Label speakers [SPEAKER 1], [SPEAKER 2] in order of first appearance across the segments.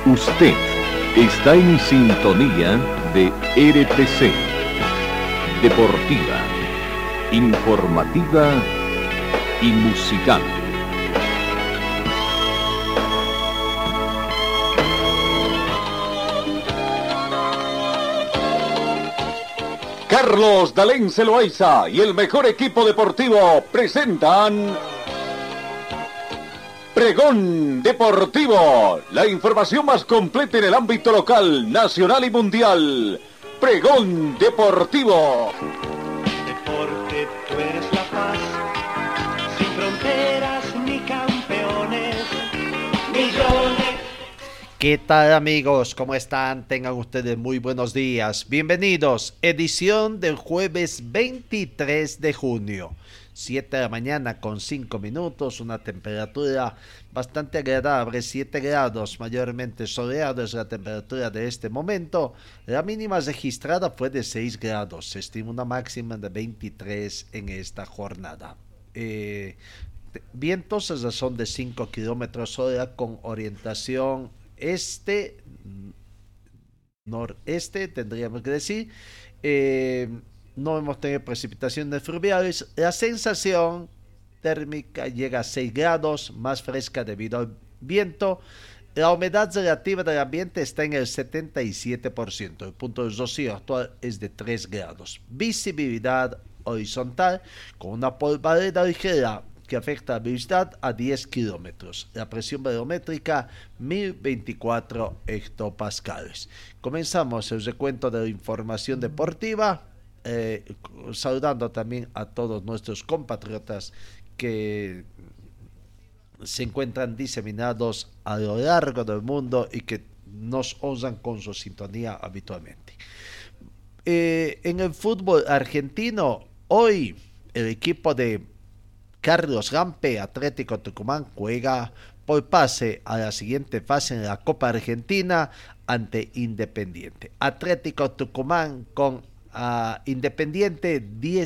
[SPEAKER 1] Usted está en sintonía de RTC, deportiva, informativa y musical.
[SPEAKER 2] Carlos Dalén Loaiza y el mejor equipo deportivo presentan Pregón Deportivo, la información más completa en el ámbito local, nacional y mundial. Pregón Deportivo.
[SPEAKER 3] Deporte, tú eres la paz, sin fronteras ni campeones, millones.
[SPEAKER 4] ¿Qué tal, amigos? ¿Cómo están? Tengan ustedes muy buenos días. Bienvenidos. Edición del jueves 23 de junio. 7 de la mañana con 5 minutos, una temperatura bastante agradable, 7 grados, mayormente soleado es la temperatura de este momento. La mínima registrada fue de 6 grados, se estima una máxima de 23 en esta jornada. Vientos a razón de 5 kilómetros hora con orientación noreste, tendríamos que decir. No hemos tenido precipitaciones fluviales. La sensación térmica llega a 6 grados, más fresca debido al viento. La humedad relativa del ambiente está en el 77%. El punto de rocío actual es de 3 grados. Visibilidad horizontal con una polvareda ligera que afecta la visibilidad a 10 kilómetros. La presión barométrica 1024 hectopascales. Comenzamos el recuento de la información deportiva. Saludando también a todos nuestros compatriotas que se encuentran diseminados a lo largo del mundo y que nos honran con su sintonía habitualmente. En el fútbol argentino, hoy el equipo de Carlos Gampe, Atlético Tucumán, juega por pase a la siguiente fase en la Copa Argentina ante Independiente. Atlético Tucumán con Independiente,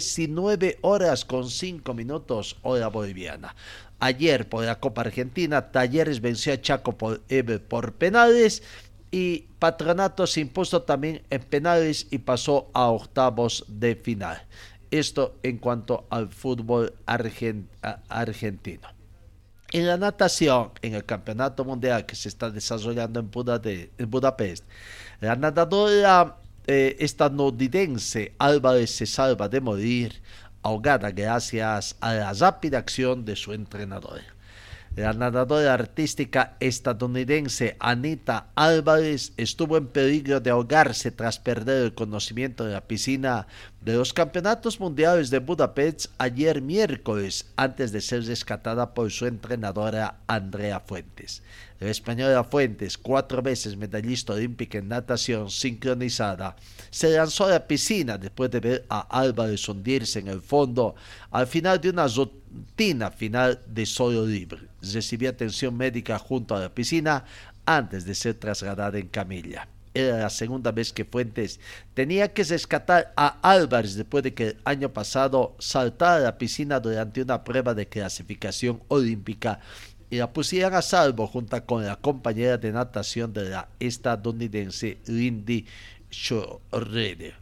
[SPEAKER 4] 19 horas con 5 minutos, hora boliviana. Ayer por la Copa Argentina, Talleres venció a Chaco por penales y Patronato se impuso también en penales y pasó a octavos de final. Esto en cuanto al fútbol argentino. En la natación, en el campeonato mundial que se está desarrollando en Budapest, la nadadora estadounidense Álvarez se salva de morir ahogada gracias a la rápida acción de su entrenador. La nadadora artística estadounidense Anita Álvarez estuvo en peligro de ahogarse tras perder el conocimiento de la piscina de los campeonatos mundiales de Budapest ayer miércoles, antes de ser rescatada por su entrenadora Andrea Fuentes. La española Fuentes, 4 veces medallista olímpica en natación sincronizada, se lanzó a la piscina después de ver a Álvarez hundirse en el fondo al final de una rutina final de solo libre. Recibió atención médica junto a la piscina antes de ser trasladada en camilla. Era la segunda vez que Fuentes tenía que rescatar a Álvarez después de que el año pasado saltara a la piscina durante una prueba de clasificación olímpica y la pusieran a salvo junto con la compañera de natación de la estadounidense Lindy Schroeder.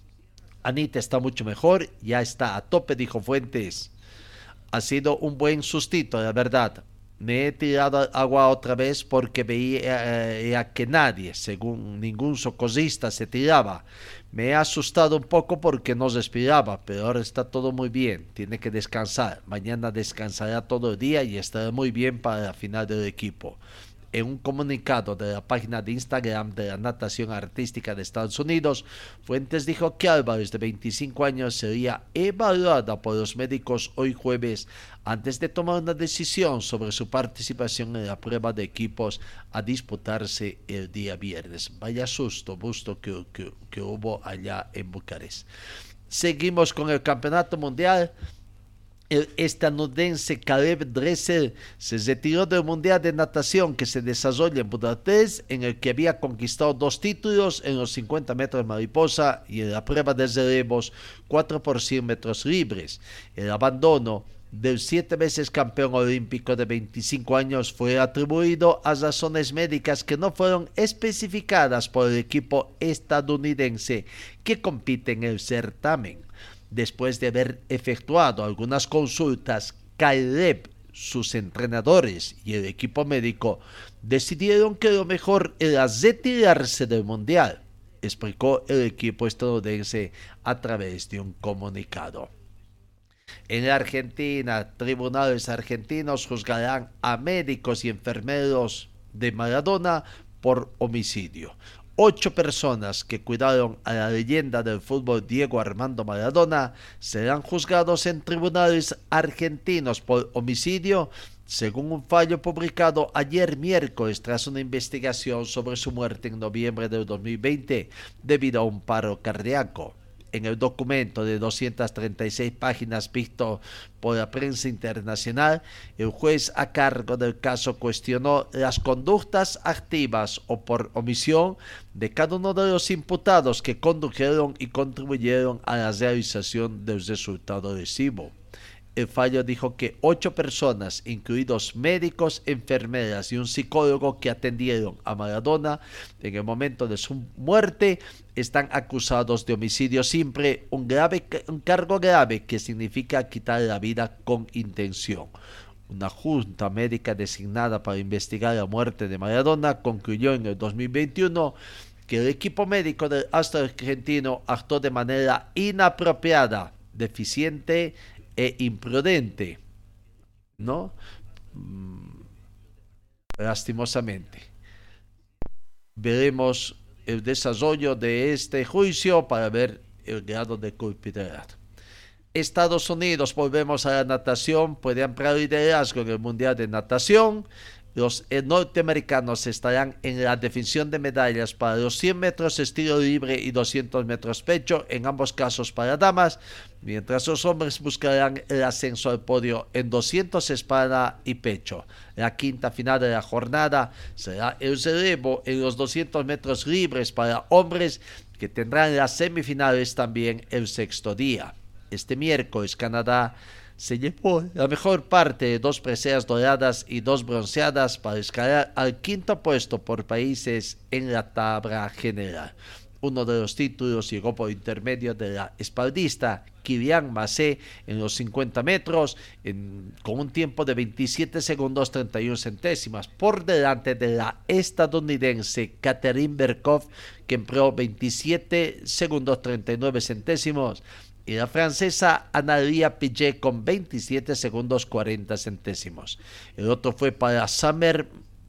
[SPEAKER 4] Anita está mucho mejor, ya está a tope, dijo Fuentes. Ha sido un buen sustito, la verdad. Me he tirado al agua otra vez porque veía que nadie, según ningún socorrista, se tiraba. Me he asustado un poco porque no respiraba, pero ahora está todo muy bien. Tiene que descansar. Mañana descansará todo el día y estará muy bien para la final del equipo. En un comunicado de la página de Instagram de la natación artística de Estados Unidos, Fuentes dijo que Álvarez, de 25 años, sería evaluada por los médicos hoy jueves antes de tomar una decisión sobre su participación en la prueba de equipos a disputarse el día viernes. Vaya susto que hubo allá en Bucarest. Seguimos con el campeonato mundial. El estadounidense Caleb Dressel se retiró del Mundial de Natación que se desarrolla en Budapest, en el que había conquistado 2 títulos en los 50 metros mariposa y en la prueba de relevos 4 por 100 metros libres. El abandono del 7 veces campeón olímpico de 25 años fue atribuido a razones médicas que no fueron especificadas por el equipo estadounidense que compite en el certamen. Después de haber efectuado algunas consultas, Caleb, sus entrenadores y el equipo médico decidieron que lo mejor era retirarse del mundial, explicó el equipo estadounidense a través de un comunicado. En la Argentina, tribunales argentinos juzgarán a médicos y enfermeros de Maradona por homicidio. 8 personas que cuidaron a la leyenda del fútbol Diego Armando Maradona serán juzgados en tribunales argentinos por homicidio, según un fallo publicado ayer miércoles tras una investigación sobre su muerte en noviembre del 2020 debido a un paro cardíaco. En el documento de 236 páginas visto por la prensa internacional, el juez a cargo del caso cuestionó las conductas activas o por omisión de cada uno de los imputados que condujeron y contribuyeron a la realización del resultado lesivo. El fallo dijo que 8 personas, incluidos médicos, enfermeras y un psicólogo que atendieron a Maradona en el momento de su muerte, están acusados de homicidio simple, un cargo grave que significa quitar la vida con intención. Una junta médica designada para investigar la muerte de Maradona concluyó en el 2021 que el equipo médico del astro argentino actuó de manera inapropiada, deficiente e imprudente, ¿no? Lastimosamente. Veremos el desarrollo de este juicio para ver el grado de culpabilidad. Estados Unidos, volvemos a la natación, puede ampliar liderazgo en el Mundial de Natación. Los norteamericanos estarán en la definición de medallas para los 100 metros estilo libre y 200 metros pecho, en ambos casos para damas, mientras los hombres buscarán el ascenso al podio en 200 espalda y pecho. La quinta final de la jornada será el relevo en los 200 metros libres para hombres, que tendrán las semifinales también el sexto día. Este miércoles Canadá se llevó la mejor parte de 2 preseas doradas y 2 bronceadas para escalar al quinto puesto por países en la tabla general. Uno de los títulos llegó por intermedio de la espaldista Kylian Massé en los 50 metros con un tiempo de 27 segundos 31 centésimas por delante de la estadounidense Catherine Berkov, que empleó 27 segundos 39 centésimos, y la francesa Analia Piget con 27 segundos 40 centésimos. El otro fue para Summer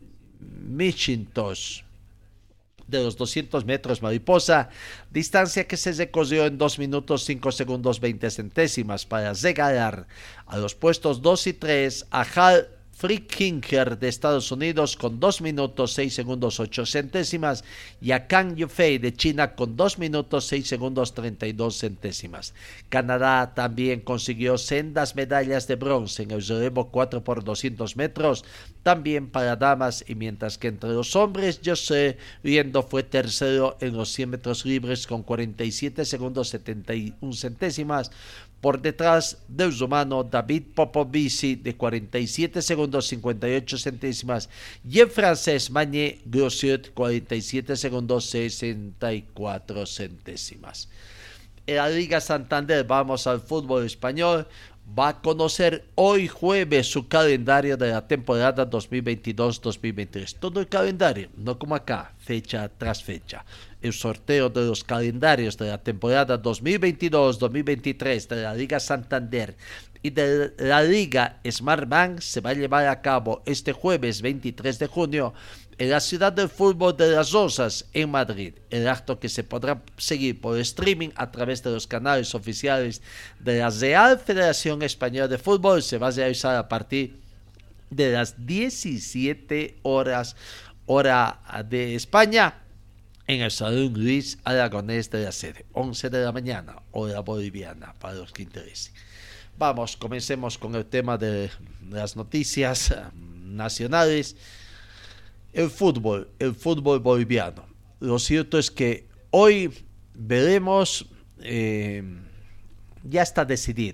[SPEAKER 4] McIntosh de los 200 metros mariposa, distancia que se recorrió en 2 minutos 5 segundos 20 centésimas para regalar a los puestos 2 y 3 a Hal Frickinger de Estados Unidos con 2 minutos 6 segundos 8 centésimas y a Kang Yufei de China con 2 minutos 6 segundos 32 centésimas. Canadá también consiguió sendas medallas de bronce en el relevo 4x200 metros, también para damas, y mientras que entre los hombres José Riendo fue tercero en los 100 metros libres con 47 segundos 71 centésimas, por detrás del rumano David Popovici de 47 segundos 58 centésimas y el francés Magné Grossiot 47 segundos 64 centésimas. En la Liga Santander, vamos al fútbol español, va a conocer hoy jueves su calendario de la temporada 2022-2023. Todo el calendario, no como acá, fecha tras fecha. El sorteo de los calendarios de la temporada 2022-2023 de la Liga Santander y de la Liga Smartbank se va a llevar a cabo este jueves 23 de junio en la ciudad del fútbol de Las Rozas, en Madrid. El acto, que se podrá seguir por streaming a través de los canales oficiales de la Real Federación Española de Fútbol, se va a realizar a partir de las 17 horas, hora de España, en el Salón Luis Aragonés de la sede, 11 de la mañana, hora boliviana, para los que interesen. Vamos, comencemos con el tema de las noticias nacionales. El fútbol boliviano. Lo cierto es que hoy veremos, ya está decidido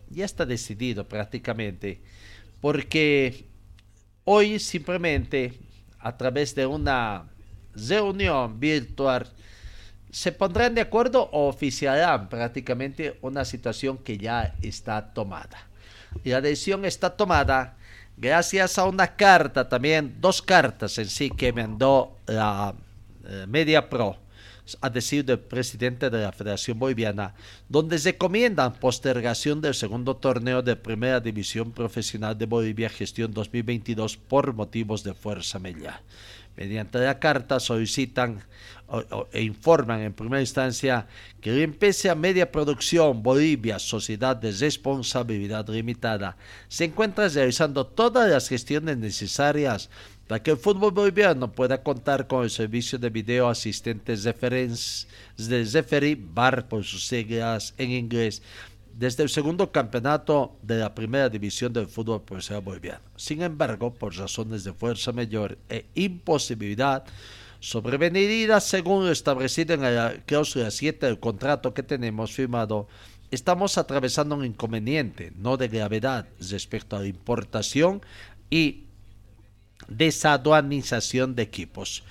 [SPEAKER 4] ya está decidido prácticamente, porque hoy simplemente a través de una reunión virtual se pondrán de acuerdo o oficiarán prácticamente una situación que ya está tomada. Y la decisión está tomada gracias a una carta también, dos cartas en sí que mandó la Media Pro, a decir del presidente de la Federación Boliviana, donde recomiendan postergación del segundo torneo de Primera División Profesional de Bolivia gestión 2022 por motivos de fuerza mayor. Mediante la carta solicitan e informan en primera instancia que la empresa Media Producción Bolivia, Sociedad de Responsabilidad Limitada, se encuentra realizando todas las gestiones necesarias para que el fútbol boliviano pueda contar con el servicio de video asistentes de referee VAR por sus siglas en inglés desde el segundo campeonato de la primera división del fútbol profesional boliviano. Sin embargo, por razones de fuerza mayor e imposibilidad sobrevenida según lo establecido en la cláusula 7 del contrato que tenemos firmado, estamos atravesando un inconveniente no de gravedad respecto a la importación y desaduanización de equipos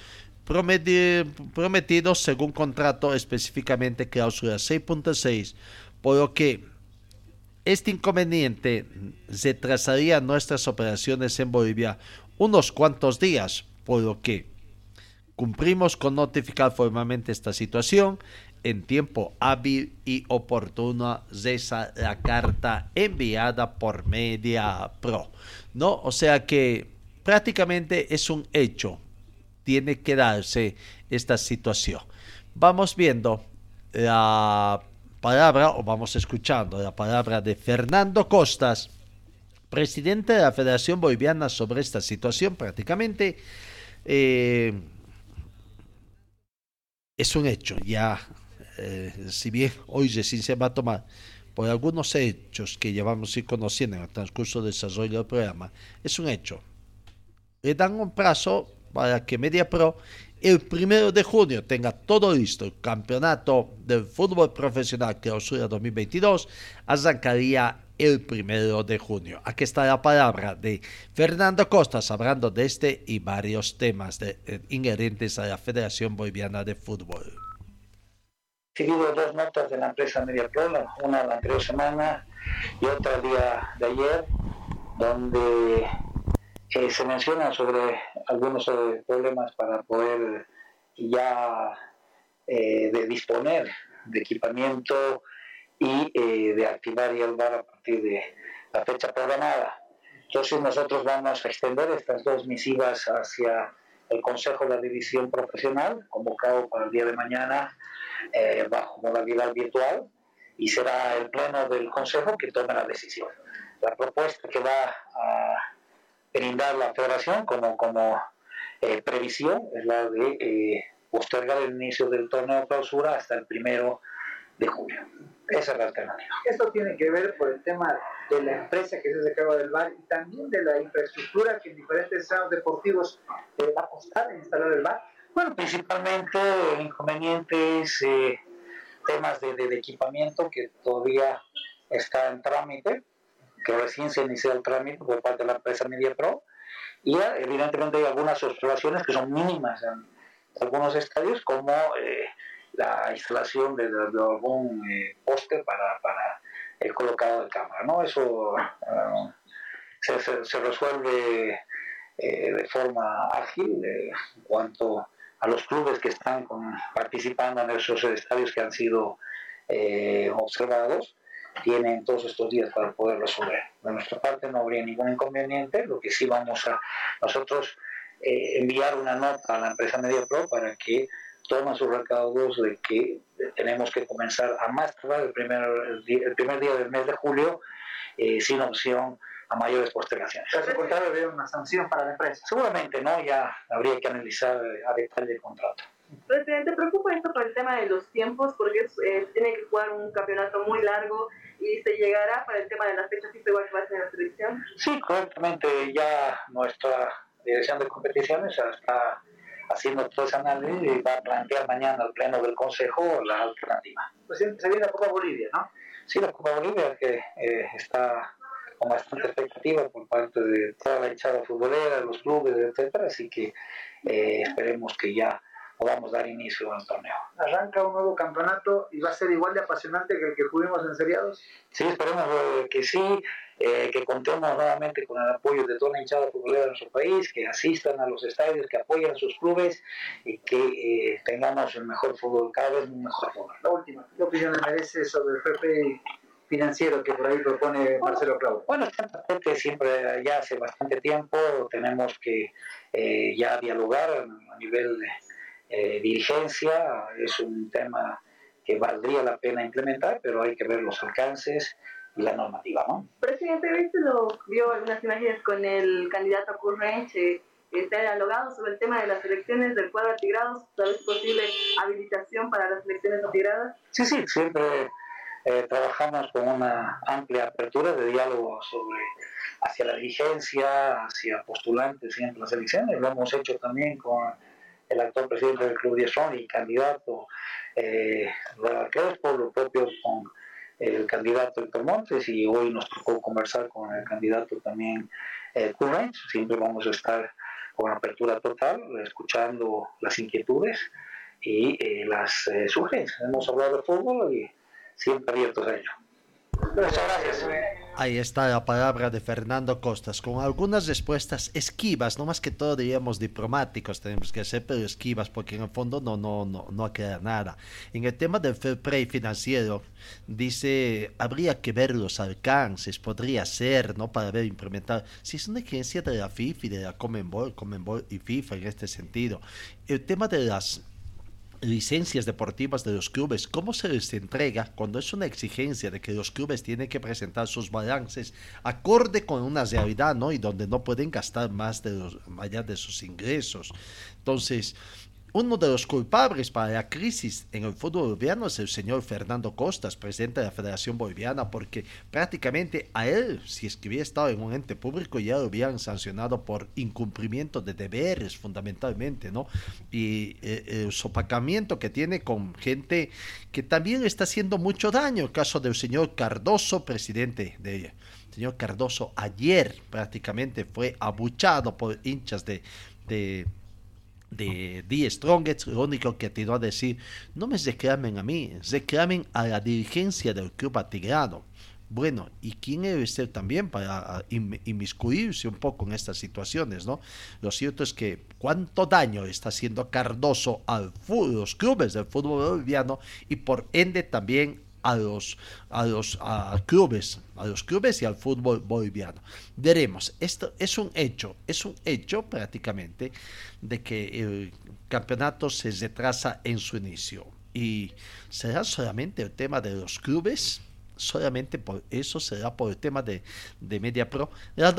[SPEAKER 4] prometidos según contrato, específicamente cláusula 6.6, por lo que este inconveniente retrasaría nuestras operaciones en Bolivia unos cuantos días, por lo que cumplimos con notificar formalmente esta situación en tiempo hábil y oportuno, reza la carta enviada por Media Pro, ¿no? O sea que prácticamente es un hecho, tiene que darse esta situación. Vamos viendo la palabra, o vamos escuchando la palabra de Fernando Costas, presidente de la Federación Boliviana, sobre esta situación. Prácticamente es un hecho, ya si bien hoy recién se va a tomar por algunos hechos que llevamos ir conociendo en el transcurso del desarrollo del programa, es un hecho. Le dan un plazo para que Media Pro el 1 de junio tenga todo listo. El campeonato del fútbol profesional clausura 2022 arrancaría el 1 de junio. Aquí está la palabra de Fernando Costas hablando de este y varios temas inherentes a la Federación Boliviana de Fútbol.
[SPEAKER 5] He recibido dos notas de la empresa Media Pro, una la anterior semana y otra el día de ayer, donde se menciona sobre algunos problemas para poder ya de disponer de equipamiento y de activar ya el VAR a partir de la fecha programada. Entonces nosotros vamos a extender estas dos misivas hacia el Consejo de la División Profesional, convocado para el día de mañana bajo modalidad virtual, y será el pleno del Consejo que tome la decisión. La propuesta que va a brindar la Federación como previsión es la de postergar el inicio del torneo de clausura hasta el 1 de julio. Esa es la alternativa.
[SPEAKER 6] Esto tiene que ver por el tema de la empresa que se hace cargo del VAR y también de la infraestructura que en diferentes estados deportivos va a costar instalar el VAR.
[SPEAKER 5] Bueno, principalmente inconvenientes, temas de equipamiento que todavía está en trámite, que recién se inició el trámite por parte de la empresa Media Pro, y evidentemente hay algunas observaciones que son mínimas en algunos estadios, como la instalación de algún poste para el colocado de cámara, ¿no? Eso se resuelve de forma ágil en cuanto a los clubes que están participando en esos estadios que han sido observados. Tienen todos estos días para poder resolver. De nuestra parte no habría ningún inconveniente. Lo que sí vamos a nosotros enviar una nota a la empresa Media Pro para que tomen sus recaudos de que tenemos que comenzar a más tardar el primer día del mes de julio, sin opción a mayores postergaciones.
[SPEAKER 6] ¿Caso contrario habría una sanción para la empresa?
[SPEAKER 5] Seguramente no, ya habría que analizar a detalle el contrato.
[SPEAKER 7] Presidente, ¿preocupa esto por el tema de los tiempos? Porque tiene que jugar un campeonato muy largo y se llegará para el tema de las fechas FIFA igual que va a tener la selección.
[SPEAKER 5] Sí, correctamente. Ya nuestra dirección de competiciones está haciendo todo ese análisis y va a plantear mañana al pleno del Consejo la alternativa.
[SPEAKER 6] Pues se viene la Copa Bolivia, ¿no?
[SPEAKER 5] Sí, la Copa Bolivia que está con bastante expectativa por parte de toda la hinchada futbolera, los clubes, etcétera, así que esperemos que ya podamos dar inicio al torneo.
[SPEAKER 6] Arranca un nuevo campeonato y va a ser igual de apasionante que el que juguemos en seriados.
[SPEAKER 5] Sí, esperemos que sí, que contemos nuevamente con el apoyo de toda la hinchada futbolera de nuestro país, que asistan a los estadios, que apoyen a sus clubes y que tengamos el mejor fútbol, cada vez un mejor fútbol.
[SPEAKER 6] La última, ¿qué opinión le merece sobre el FP financiero que por ahí propone Marcelo Claudio?
[SPEAKER 5] Bueno, este siempre ya hace bastante tiempo tenemos que ya dialogar a nivel de dirigencia. Es un tema que valdría la pena implementar, pero hay que ver los alcances y la normativa, ¿no?
[SPEAKER 7] Presidente, vio algunas imágenes con el candidato Currench, se ha dialogado sobre el tema de las elecciones del cuadro atigrados, tal vez posible habilitación para las elecciones atigradas.
[SPEAKER 5] Sí, siempre trabajamos con una amplia apertura de diálogo hacia la dirigencia, hacia postulantes siempre en las elecciones. Lo hemos hecho también con el actual presidente del Club Diestrón y candidato Robert Crespo, lo propio con el candidato Héctor Montes, y hoy nos tocó conversar con el candidato también Currench. Siempre vamos a estar con apertura total, escuchando las inquietudes y las sugerencias. Hemos hablado de fútbol y siempre abiertos a ello. Muchas gracias.
[SPEAKER 4] Ahí está la palabra de Fernando Costas, con algunas respuestas esquivas, no más que todo diríamos diplomáticos tenemos que hacer, pero esquivas, porque en el fondo no aclara nada. En el tema del fair play financiero, dice, habría que ver los alcances, podría ser, ¿no? Para ver implementar. Si es una exigencia de la FIFA y de la Conmebol y FIFA en este sentido. El tema de las licencias deportivas de los clubes, ¿cómo se les entrega cuando es una exigencia de que los clubes tienen que presentar sus balances acorde con una realidad, ¿no? Y donde no pueden gastar más allá de sus ingresos? Entonces, uno de los culpables para la crisis en el fútbol boliviano es el señor Fernando Costas, presidente de la Federación Boliviana, porque prácticamente a él, si es que hubiera estado en un ente público, ya lo hubieran sancionado por incumplimiento de deberes fundamentalmente, ¿no? Y el sopacamiento que tiene con gente que también está haciendo mucho daño. El caso del señor Cardoso, presidente de... Señor Cardoso ayer prácticamente fue abuchado por hinchas de The Strongest. Lo único que atinó a decir, no me reclamen a mí, reclamen a la dirigencia del club atigrado. Bueno, ¿y quién debe ser también para inmiscuirse un poco en estas situaciones, ¿no? Lo cierto es que cuánto daño está haciendo Cardoso a los clubes del fútbol boliviano y por ende también a los clubes y al fútbol boliviano. Veremos, esto es un hecho prácticamente de que el campeonato se retrasa en su inicio. ¿Y será solamente el tema de los clubes? Solamente por eso, será por el tema de Mediapro. La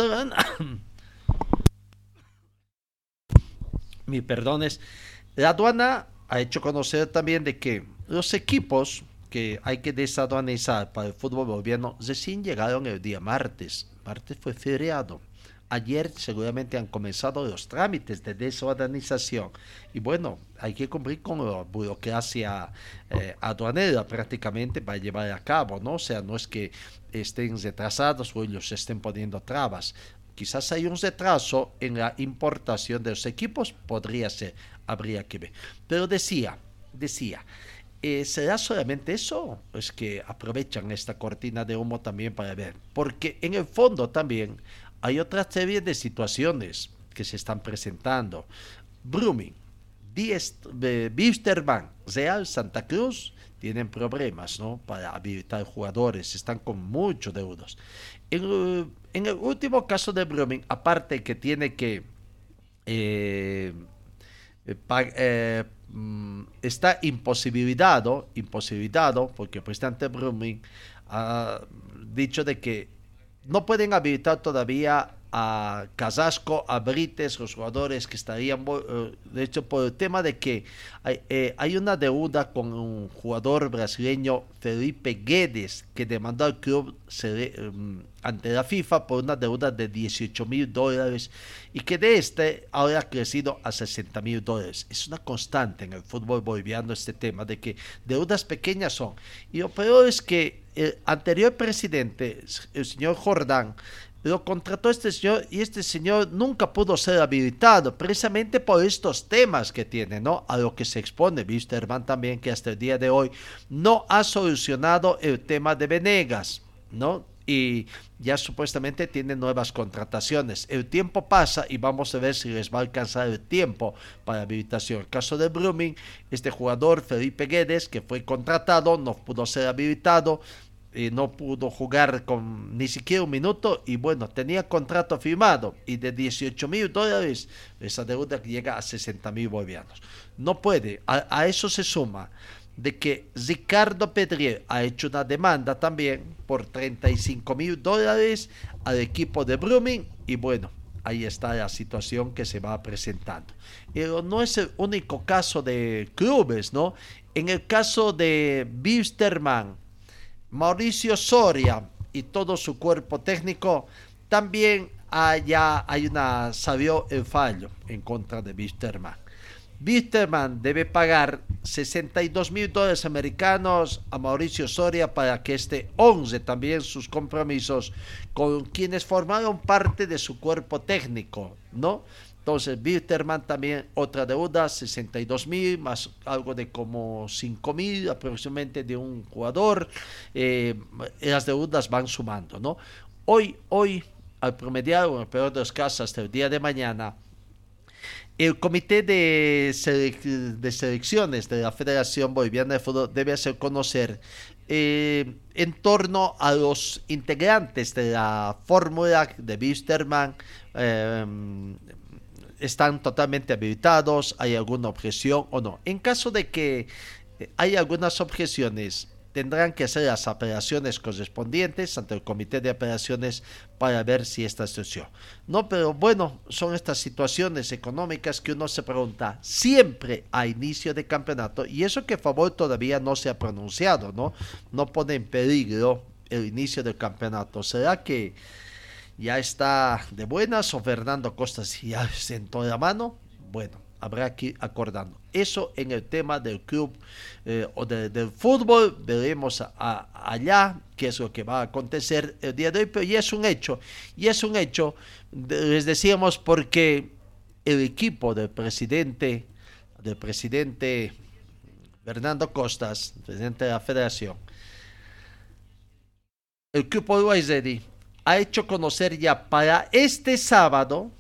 [SPEAKER 4] aduana ha hecho conocer también de que los equipos que hay que desaduanizar para el fútbol boliviano recién llegaron el día martes. Martes fue feriado. Ayer seguramente han comenzado los trámites de desaduanización. Y bueno, hay que cumplir con la burocracia aduanera prácticamente para llevar a cabo, ¿no? O sea, no es que estén retrasados o ellos estén poniendo trabas. Quizás hay un retraso en la importación de los equipos, podría ser, habría que ver. Pero decía, ¿será solamente eso? Es que aprovechan esta cortina de humo también para ver, porque en el fondo también hay otra serie de situaciones que se están presentando. Blooming, Wisterman, Real Santa Cruz tienen problemas, ¿no? Para habilitar jugadores, están con muchos deudos. En el último caso de Blooming, aparte que tiene que está imposibilitado porque el presidente Blooming ha dicho de que no pueden habilitar todavía a Casasco, a Brites, los jugadores que estarían, de hecho, por el tema de que hay una deuda con un jugador brasileño, Felipe Guedes, que demandó al club ante la FIFA por una deuda de $18,000 y que de este ahora ha crecido a $60,000. Es una constante en el fútbol boliviano este tema de que deudas pequeñas son. Y lo peor es que el anterior presidente, el señor Jordán, lo contrató este señor y este señor nunca pudo ser habilitado precisamente por estos temas que tiene, ¿no? A lo que se expone Wisterman también, que hasta el día de hoy no ha solucionado el tema de Venegas, ¿no? Y ya supuestamente tiene nuevas contrataciones. El tiempo pasa y vamos a ver si les va a alcanzar el tiempo para habilitación. El caso de Blooming, este jugador Felipe Guedes, que fue contratado, no pudo ser habilitado, no pudo jugar con ni siquiera un minuto y bueno, tenía contrato firmado y de $18,000 esa deuda llega a 60,000 bolivianos. No puede, a eso se suma de que Ricardo Pedrier ha hecho una demanda también por $35,000 al equipo de Blooming y bueno, ahí está la situación que se va presentando. Pero no es el único caso de clubes, ¿no? En el caso de Wisterman, Mauricio Soria y todo su cuerpo técnico, también salió el fallo en contra de Wisterman. Wisterman debe pagar $62,000 americanos a Mauricio Soria para que honre también sus compromisos con quienes formaron parte de su cuerpo técnico, ¿no? Entonces Wisterman también otra deuda, 62,000 más algo de como 5,000 aproximadamente de un jugador. Las deudas van sumando, ¿no? Hoy al promediar, o en el peor de los casos hasta el día de mañana, el comité de selecciones de la Federación Boliviana de Fútbol debe hacer conocer en torno a los integrantes de la fórmula de Wisterman. ¿Están totalmente habilitados? ¿Hay alguna objeción o no? En caso de que hay algunas objeciones, tendrán que hacer las apelaciones correspondientes ante el comité de apelaciones para ver si esta situación. No, pero bueno, son estas situaciones económicas que uno se pregunta siempre a inicio de campeonato, y eso que Favor todavía no se ha pronunciado, ¿no? No pone en peligro el inicio del campeonato. ¿Será que ya está de buenas o Fernando Costas ya sentó la mano? Bueno, habrá que ir acordando. Eso en el tema del club o del fútbol. Veremos allá qué es lo que va a acontecer el día de hoy, pero ya es un hecho. Y es un hecho, les decíamos, porque el equipo del presidente Fernando Costas, presidente de la federación, el club Always Ready ha hecho conocer ya para este sábado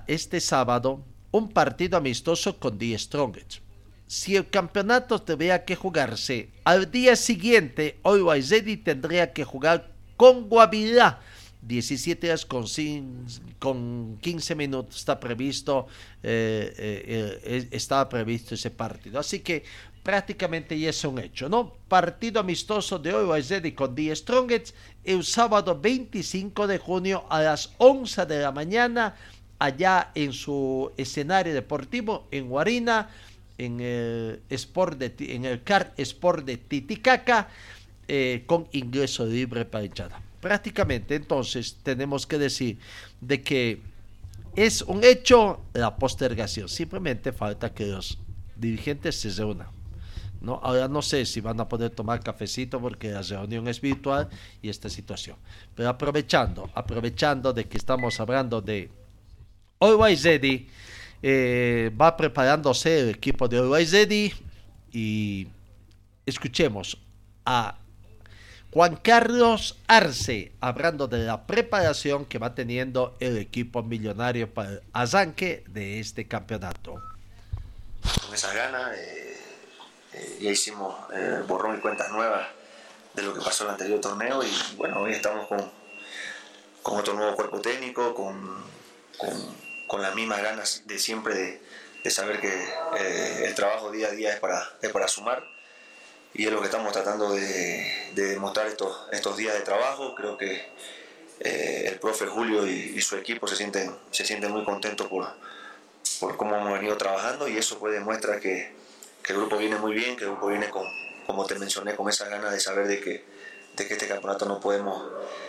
[SPEAKER 4] un partido amistoso con The Strongest. Si el campeonato tuviera que jugarse al día siguiente, Always Ready tendría que jugar con Guavirá. 17 horas con 15 minutos está previsto, estaba previsto ese partido. Así que prácticamente ya es un hecho, ¿no? Partido amistoso de Always Ready con The Strongest el sábado 25 de junio a las 11 de la mañana, allá en su escenario deportivo en Guarina, en el CAR Sport de Titicaca, con ingreso libre para hinchada. Prácticamente entonces tenemos que decir de que es un hecho la postergación, simplemente falta que los dirigentes se reúnan, ¿no? Ahora no sé si van a poder tomar cafecito porque la reunión es virtual y esta situación, pero aprovechando de que estamos hablando de Always Ready, va preparándose el equipo de Always Ready y escuchemos a Juan Carlos Arce hablando de la preparación que va teniendo el equipo millonario para el arranque de este campeonato.
[SPEAKER 8] Con esas ganas ya hicimos borrón y cuentas nuevas de lo que pasó en el anterior torneo y bueno, hoy estamos con otro nuevo cuerpo técnico, con las mismas ganas de siempre de saber que el trabajo día a día es para sumar. Y es lo que estamos tratando de demostrar estos días de trabajo. Creo que el profe Julio y su equipo se sienten muy contentos por cómo hemos venido trabajando, y eso pues demuestra que el grupo viene muy bien, que el grupo viene como te mencioné, con esas ganas de saber de que este campeonato no podemos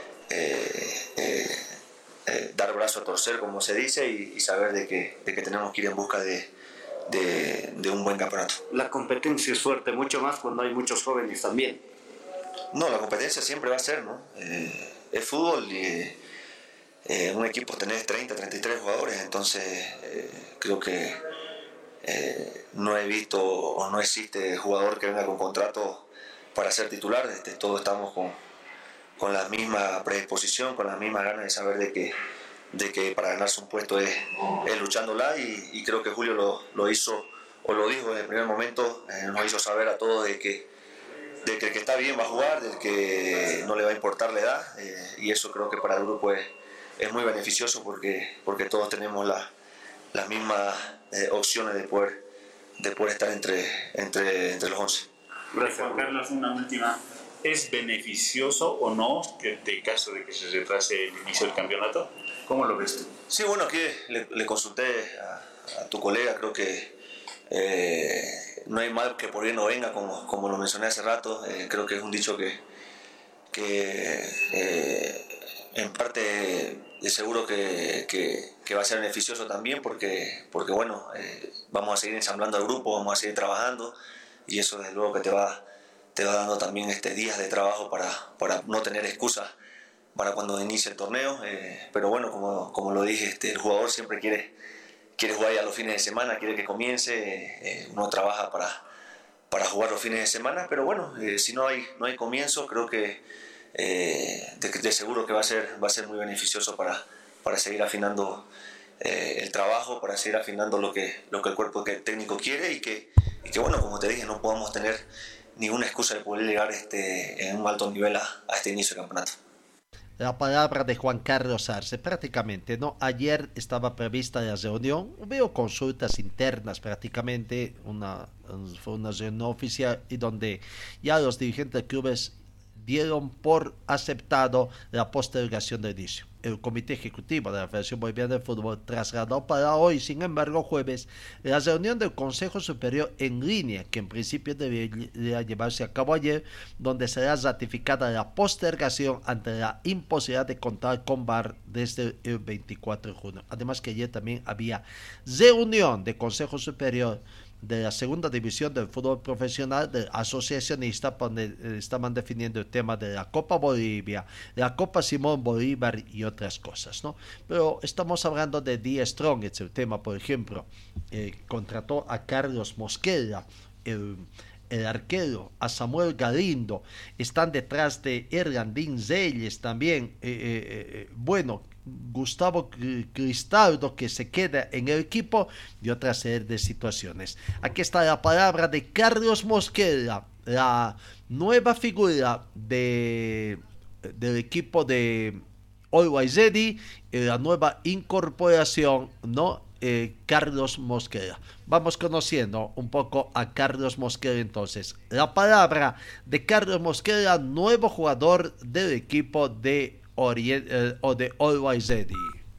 [SPEAKER 8] dar brazo a torcer, como se dice, y saber de que tenemos que ir en busca de un buen campeonato.
[SPEAKER 9] La competencia es fuerte, mucho más cuando hay muchos jóvenes también.
[SPEAKER 8] No, la competencia siempre va a ser, ¿no? Es fútbol y en un equipo tenés 30, 33 jugadores, entonces creo que no he visto o no existe jugador que venga con contrato para ser titular. Todos estamos con la misma predisposición, con las mismas ganas de saber de que para ganarse un puesto es luchándola, y creo que Julio lo hizo, o lo dijo en el primer momento, nos hizo saber a todos de que el que está bien va a jugar, del que no le va a importar la edad, y eso creo que para el grupo es muy beneficioso porque todos tenemos las mismas opciones de poder estar entre los 11.
[SPEAKER 10] Gracias, Juan Carlos. Una última. ¿Es beneficioso o no en caso de que se retrase el inicio del campeonato? ¿Cómo lo ves tú?
[SPEAKER 8] Sí, bueno, aquí le consulté a tu colega, creo que no hay mal que por bien no venga, como lo mencioné hace rato. Creo que es un dicho que en parte de seguro que va a ser beneficioso también, porque bueno, vamos a seguir ensamblando al grupo, vamos a seguir trabajando, y eso desde luego que te va dando también días de trabajo para no tener excusas para cuando inicie el torneo. Pero bueno, como lo dije, el jugador siempre quiere jugar ya los fines de semana, quiere que comience. Uno trabaja para jugar los fines de semana, pero bueno, si no hay comienzo, creo que de seguro que va a ser muy beneficioso para seguir afinando el trabajo, para seguir afinando lo que el cuerpo técnico quiere, y que bueno, como te dije, no podamos tener ninguna excusa de poder llegar en un alto nivel a este inicio del campeonato.
[SPEAKER 4] La palabra de Juan Carlos Arce, prácticamente, ¿no? Ayer estaba prevista la reunión, veo consultas internas prácticamente, fue una reunión oficial y donde ya los dirigentes de clubes dieron por aceptado la postergación del inicio. El Comité Ejecutivo de la Federación Boliviana de Fútbol trasladó para hoy, sin embargo, jueves, la reunión del Consejo Superior en línea, que en principio debería llevarse a cabo ayer, donde será ratificada la postergación ante la imposibilidad de contar con VAR desde el 24 de junio. Además que ayer también había reunión del Consejo Superior de la segunda división del fútbol profesional del asociacionista, donde estaban definiendo el tema de la Copa Bolivia, la Copa Simón Bolívar y otras cosas, ¿no? Pero estamos hablando de Die Strong, es el tema. Por ejemplo, contrató a Carlos Mosquera, el arquero, a Samuel Galindo, están detrás de Erlandín Reyes también, bueno, Gustavo Cristaldo, que se queda en el equipo, y otra serie de situaciones. Aquí está la palabra de Carlos Mosquera, la nueva figura del equipo de Always Ready, la nueva incorporación, ¿no? Carlos Mosquera. Vamos conociendo un poco a Carlos Mosquera entonces. La palabra de Carlos Mosquera, nuevo jugador del equipo de de Always Ready.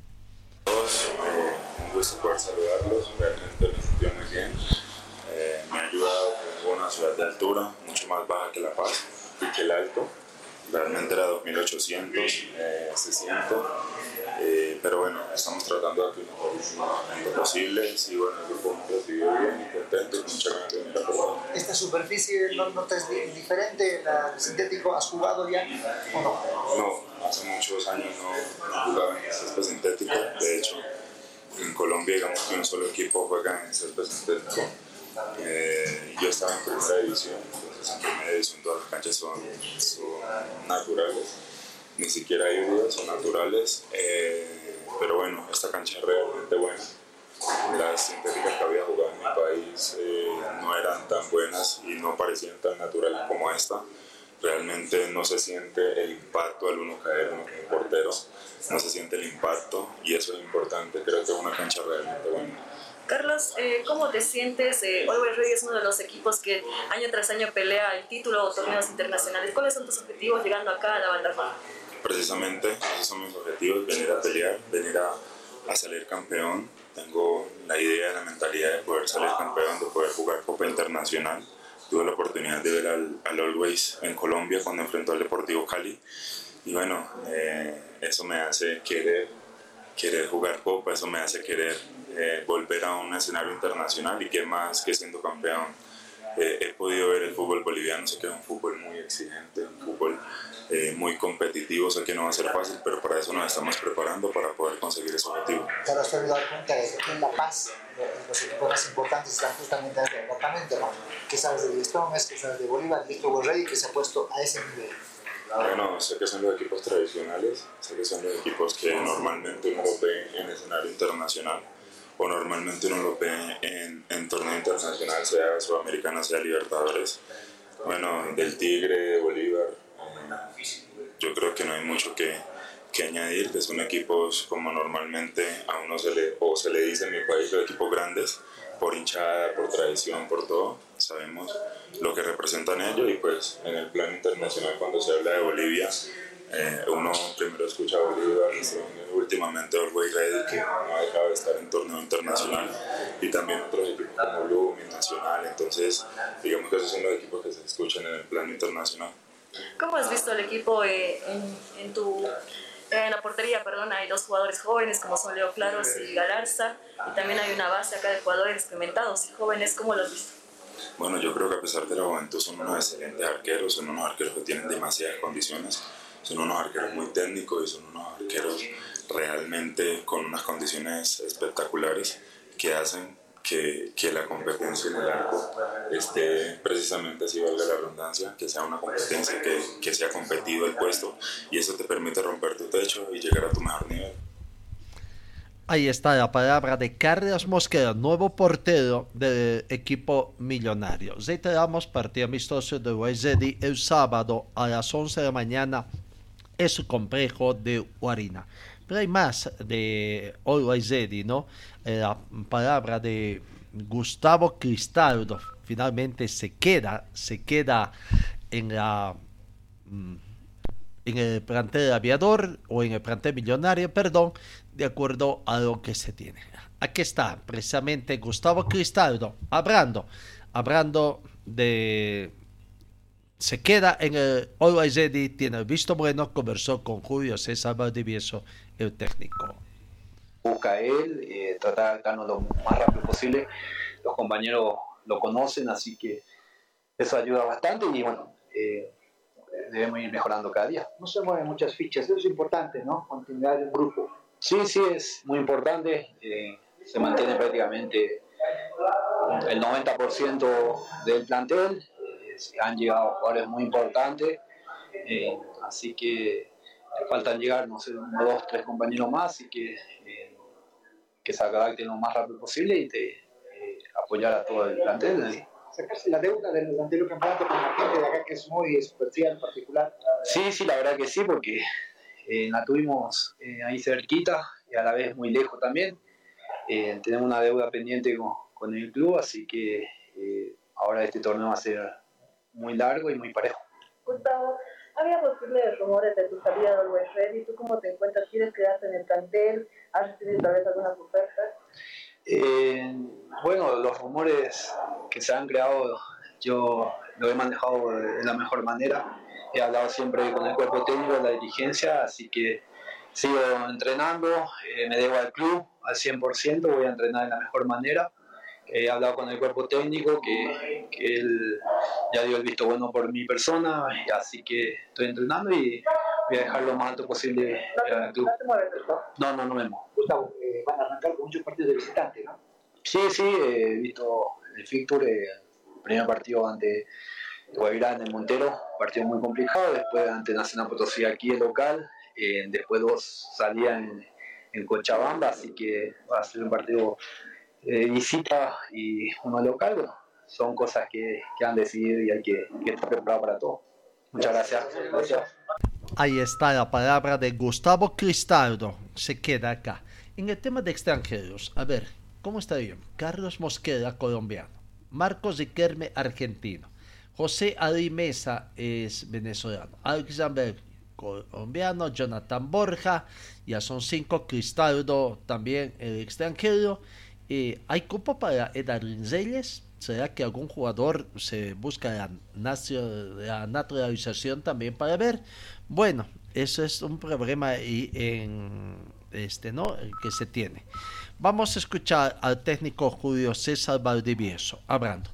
[SPEAKER 11] Un gusto poder saludarlos, realmente me sentí muy bien. Me ha ayudado con una ciudad de altura, mucho más baja que La Paz y que el Alto. Realmente era 2.800, 600, pero bueno, estamos tratando de que lo posible, y bueno, el grupo me recibió bien y contento y con mucha ganas de venir a probar.
[SPEAKER 6] ¿Esta superficie no te es diferente? ¿El sintético has jugado ya o no?
[SPEAKER 11] No, hace muchos años no jugaba en césped sintético. De hecho, en Colombia, digamos que un solo equipo juega en césped sintético. Yo estaba en primera división, entonces en primera división todas las canchas son naturales, ni siquiera híbridas, son naturales, pero bueno, esta cancha es realmente buena. Las sintéticas que había jugado en mi país no eran tan buenas y no parecían tan naturales como esta. Realmente no se siente el impacto al uno caer, uno como portero, no se siente el impacto, y eso es importante. Creo que es una cancha realmente buena.
[SPEAKER 12] Carlos, ¿cómo te sientes? Always Ready es uno de los equipos que año tras año pelea el título o torneos internacionales. ¿Cuáles son tus objetivos llegando acá a la banda roja?
[SPEAKER 11] precisamente esos son mis objetivos, venir a pelear, venir a salir campeón. Tengo la idea, la mentalidad de poder salir campeón, de poder jugar Copa Internacional. Tuve la oportunidad de ver al Always en Colombia cuando enfrentó al Deportivo Cali. Y bueno, eso me hace querer jugar Copa, eso me hace querer volver a un escenario internacional, y qué más que siendo campeón. He podido ver el fútbol boliviano, sé que es un fútbol muy exigente, un fútbol muy competitivo, sé que no va a ser fácil, pero para eso nos estamos preparando para poder conseguir ese objetivo.
[SPEAKER 6] Pero usted me da cuenta de que en La Paz los equipos más importantes están justamente en este departamento, ¿no? ¿Qué sabes de Listones, qué sabes de Bolívar, Listo Borrell, que se ha puesto a ese nivel?
[SPEAKER 11] Bueno, sé que son los equipos tradicionales, sé que son los equipos que normalmente uno los ve en escenario internacional, o normalmente uno los ve en torneo internacional, sea Sudamericana, sea Libertadores. Bueno, del Tigre, de Bolívar, yo creo que no hay mucho que añadir, que son equipos como normalmente a uno se le dice en mi país, los equipos grandes, por hinchada, por tradición, por todo. Sabemos lo que representan ellos, y pues en el plano internacional, cuando se habla de Bolivia, uno primero escucha a Bolívar, últimamente Always Ready, que no ha dejado de estar en torneo internacional, y también otros equipos como Blooming, Nacional. Entonces digamos que esos son los equipos que se escuchan en el plano internacional.
[SPEAKER 12] ¿Cómo has visto el equipo en la portería? Perdón, hay dos jugadores jóvenes como son Leo Claros y Galarza, y también hay una base acá de jugadores experimentados y jóvenes. ¿Cómo los has visto?
[SPEAKER 11] Bueno, yo creo que a pesar de la juventud son unos excelentes arqueros, son unos arqueros que tienen demasiadas condiciones, son unos arqueros muy técnicos y son unos arqueros realmente con unas condiciones espectaculares que hacen que la competencia en el arco esté precisamente, así valga la redundancia, que sea una competencia, que sea competido el puesto, y eso te permite romper tu techo y llegar a tu mejor nivel.
[SPEAKER 4] Ahí está la palabra de Carlos Mosquera, nuevo portero del equipo millonario. Reiteramos, partido amistoso de Guaizedi el sábado a las 11 de la mañana en su complejo de Huarina. Pero hay más de Always Ready, ¿no? La palabra de Gustavo Cristaldo finalmente se queda en el plantel Aviador, o en el plantel Millonario, perdón, de acuerdo a lo que se tiene. Aquí está precisamente Gustavo Cristaldo hablando de... Se queda en el Always Ready, tiene el visto bueno, conversó con Julio César Valdivieso, el técnico.
[SPEAKER 13] Busca él, tratar de darnos lo más rápido posible. Los compañeros lo conocen, así que eso ayuda bastante, y bueno, debemos ir mejorando cada día.
[SPEAKER 6] No se mueven muchas fichas, eso es importante, ¿no? Continuidad del grupo.
[SPEAKER 13] Sí, es muy importante. Se mantiene prácticamente el 90% del plantel. Han llegado jugadores muy importantes, así que faltan llegar, no sé, 1, 2, 3 compañeros más, y que se adapten lo más rápido posible y apoyar a todo el plantel.
[SPEAKER 6] Sacarse la deuda de los anteriores campeonatos con la gente de acá, que es muy especial, particular.
[SPEAKER 13] Sí, la verdad que sí, porque la tuvimos ahí cerquita y a la vez muy lejos también. Tenemos una deuda pendiente con el club, así que ahora este torneo va a ser muy largo y muy parejo.
[SPEAKER 7] Gustavo, había posibles rumores de tu salida de Always Ready. ¿Tú cómo te encuentras? ¿Quieres quedarte en el plantel? ¿Has recibido tal vez algunas ofertas?
[SPEAKER 13] Bueno, los rumores que se han creado yo lo he manejado de la mejor manera. He hablado siempre con el cuerpo técnico, la dirigencia, así que sigo entrenando, me debo al club al 100%, voy a entrenar de la mejor manera. He hablado con el cuerpo técnico que él ya dio el visto bueno por mi persona, así que estoy entrenando y voy a dejar lo más alto posible al club.
[SPEAKER 6] ¿No te mueves, ¿no?
[SPEAKER 13] No me muevo.
[SPEAKER 6] Gustavo, van a arrancar con muchos partidos de visitante, ¿no?
[SPEAKER 13] Sí, he visto el fixture, el primer partido ante Guavirá en Montero, partido muy complicado, después ante Nacional Potosí aquí el local, después 2 salían en Cochabamba, así que va a ser un partido visita y uno local. Bueno, son cosas que han decidido y hay que estar preparado para todo. Muchas gracias.
[SPEAKER 4] Ahí está la palabra de Gustavo Cristaldo, se queda acá. En el tema de extranjeros, a ver, ¿cómo está bien? Carlos Mosquera, colombiano. Marcos Riquelme, argentino. José Ari Mesa es venezolano. Alexander colombiano, Jonathan Borja, ya son 5, Cristaldo también el extranjero. ¿Hay cupo para Edarin Reyes? ¿Será que algún jugador se busca la naturalización también para ver? Bueno, eso es un problema ahí ¿no? El que se tiene. Vamos a escuchar al técnico Julio César Valdivieso hablando.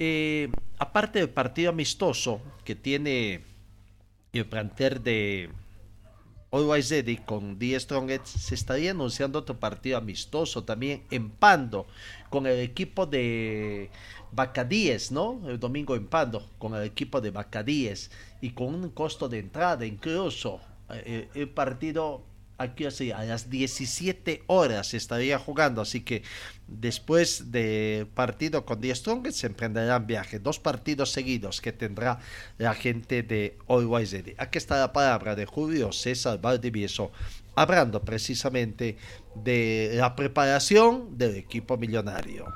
[SPEAKER 4] Aparte del partido amistoso que tiene el plantel de Always Ready con The Strongest, se estaría anunciando otro partido amistoso también en Pando con el equipo de Bacadíes, ¿no? El domingo en Pando con el equipo de Bacadíes y con un costo de entrada incluso. El partido aquí así a las 17 horas se estaría jugando, así que después del partido con The Strongest se emprenderán viaje, 2 partidos seguidos que tendrá la gente de Always Ready. Aquí está la palabra de Julio César Valdivieso hablando precisamente de la preparación del equipo millonario.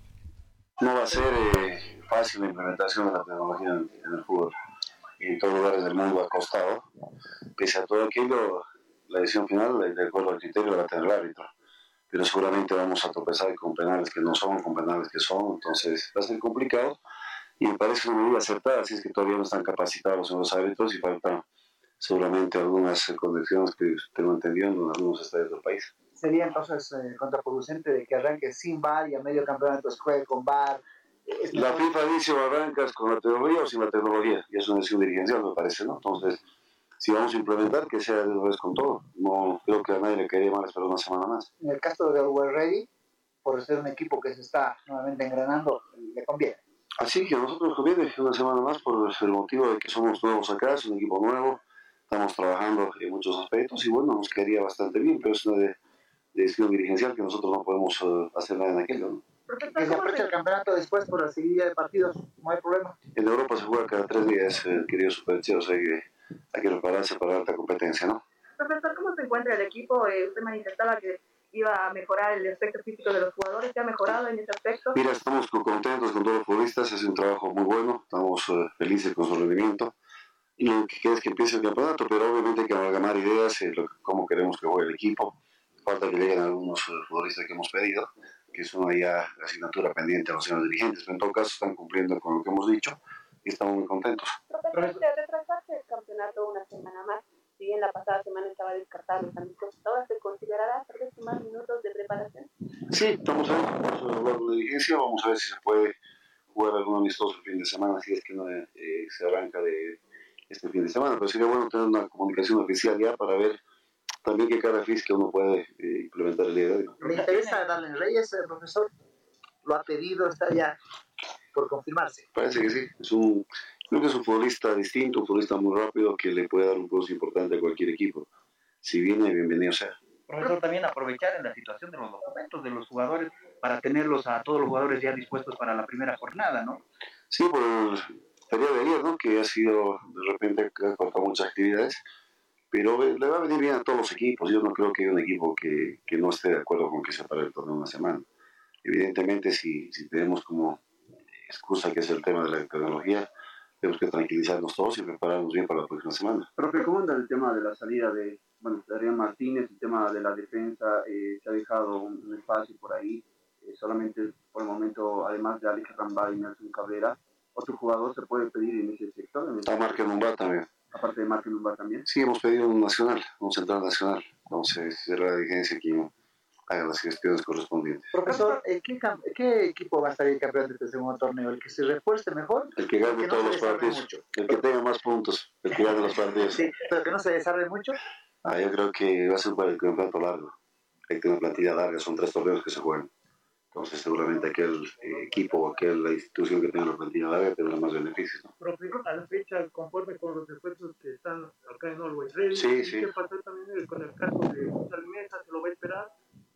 [SPEAKER 14] No va a ser fácil la implementación de la tecnología en el fútbol. En todos los lugares del mundo ha costado. Pese a todo aquello, la decisión final, de acuerdo al criterio, la va a tener el árbitro. Pero seguramente vamos a tropezar con penales que no son, con penales que son. Entonces va a ser complicado y me parece una medida acertada. Así es que todavía no están capacitados en los árbitros y faltan seguramente algunas condiciones que tengo entendido en algunos estadios del país.
[SPEAKER 6] ¿Sería entonces contraproducente de que arranque sin VAR y a medio campeonato se juegue con VAR?
[SPEAKER 14] La FIFA dice o arrancas con la tecnología o sin la tecnología, y es una decisión dirigencial, me parece, ¿no? Entonces, si vamos a implementar, que sea de una vez con todo. No creo que a nadie le quedaría mal esperar una semana más.
[SPEAKER 6] En el caso de Always Ready, por ser un equipo que se está nuevamente engranando, le conviene.
[SPEAKER 14] Así que a nosotros nos conviene una semana más por el motivo de que somos nuevos acá, es un equipo nuevo, estamos trabajando en muchos aspectos y bueno, nos quedaría bastante bien, pero es una decisión dirigencial que nosotros no podemos hacer nada en aquello, ¿no?
[SPEAKER 6] Que se aproveche el campeonato después por la seguida de partidos, no hay problema.
[SPEAKER 14] En Europa se juega cada 3 días, queridos supercheros, hay que prepararse para la alta competencia, ¿no?
[SPEAKER 7] Profesor, ¿cómo se encuentra el equipo? Usted manifestaba que iba a mejorar el aspecto físico de los jugadores, ¿se ha mejorado en ese aspecto?
[SPEAKER 14] Mira, estamos contentos con todos los futbolistas, es un trabajo muy bueno, estamos felices con su rendimiento y lo que queda es que empiece el campeonato, pero obviamente hay que amalgamar ideas, cómo queremos que juegue el equipo, falta que lleguen algunos futbolistas que hemos pedido, que es una ya asignatura pendiente a los señores dirigentes, pero en todo caso están cumpliendo con lo que hemos dicho y estamos muy contentos.
[SPEAKER 7] Profesor, de retrasarse el campeonato una semana más, si bien la pasada semana estaba descartado los amistosos, ¿ahora se considerará tal vez más minutos de preparación?
[SPEAKER 14] Sí, estamos hablando con la dirigencia, vamos a ver si se puede jugar algún amistoso el fin de semana, si es que no se arranca de este fin de semana, pero sería bueno tener una comunicación oficial ya para ver también qué cara física uno puede implementar el día de hoy.
[SPEAKER 6] ¿Le interesa darle Reyes, profesor? ¿Lo ha pedido? ¿Está ya por confirmarse?
[SPEAKER 14] Parece que sí. Creo que es un futbolista distinto, un futbolista muy rápido que le puede dar un plus importante a cualquier equipo. Si viene, bienvenido sea.
[SPEAKER 15] Profesor, también aprovechar en la situación de los documentos de los jugadores para tenerlos a todos los jugadores ya dispuestos para la primera jornada, ¿no?
[SPEAKER 14] Sí, por el periodo de ayer, ¿no? Que ha sido, de repente, que ha cortado muchas actividades. Pero le va a venir bien a todos los equipos. Yo no creo que haya un equipo que no esté de acuerdo con que se pare el torneo una semana. Evidentemente, si tenemos como excusa que es el tema de la tecnología, tenemos que tranquilizarnos todos y prepararnos bien para la próxima semana.
[SPEAKER 16] Profe, ¿cómo anda el tema de la salida de Adrián Martínez, el tema de la defensa? Se ha dejado un espacio por ahí, solamente por el momento, además de Alex Rambá y Nelson Cabrera, ¿otro jugador se puede pedir en ese sector?
[SPEAKER 14] Está Marque Numba también.
[SPEAKER 16] Aparte de Marque Numba también.
[SPEAKER 14] Sí, hemos pedido un nacional, un central nacional. Entonces, será la dirigencia quien haga las gestiones correspondientes.
[SPEAKER 6] Profesor, ¿qué equipo va a salir campeón de este segundo torneo? ¿El que se refuerce mejor?
[SPEAKER 14] El que gane todos los partidos.
[SPEAKER 6] Mucho.
[SPEAKER 14] El que tenga más puntos. El que gane los partidos.
[SPEAKER 6] Sí, pero que no se desarme mucho.
[SPEAKER 14] Yo creo que va a ser para el campeonato largo. Hay que tener una plantilla larga, son 3 torneos que se juegan. Entonces, seguramente aquel equipo o aquella institución que tenga la plantilla larga tendrá más beneficios, ¿no?
[SPEAKER 17] Profe, a la fecha, conforme con los refuerzos que están acá en Always Ready,
[SPEAKER 14] sí.
[SPEAKER 17] ¿qué pasa también con el caso de Alimesa? ¿Se lo va a esperar?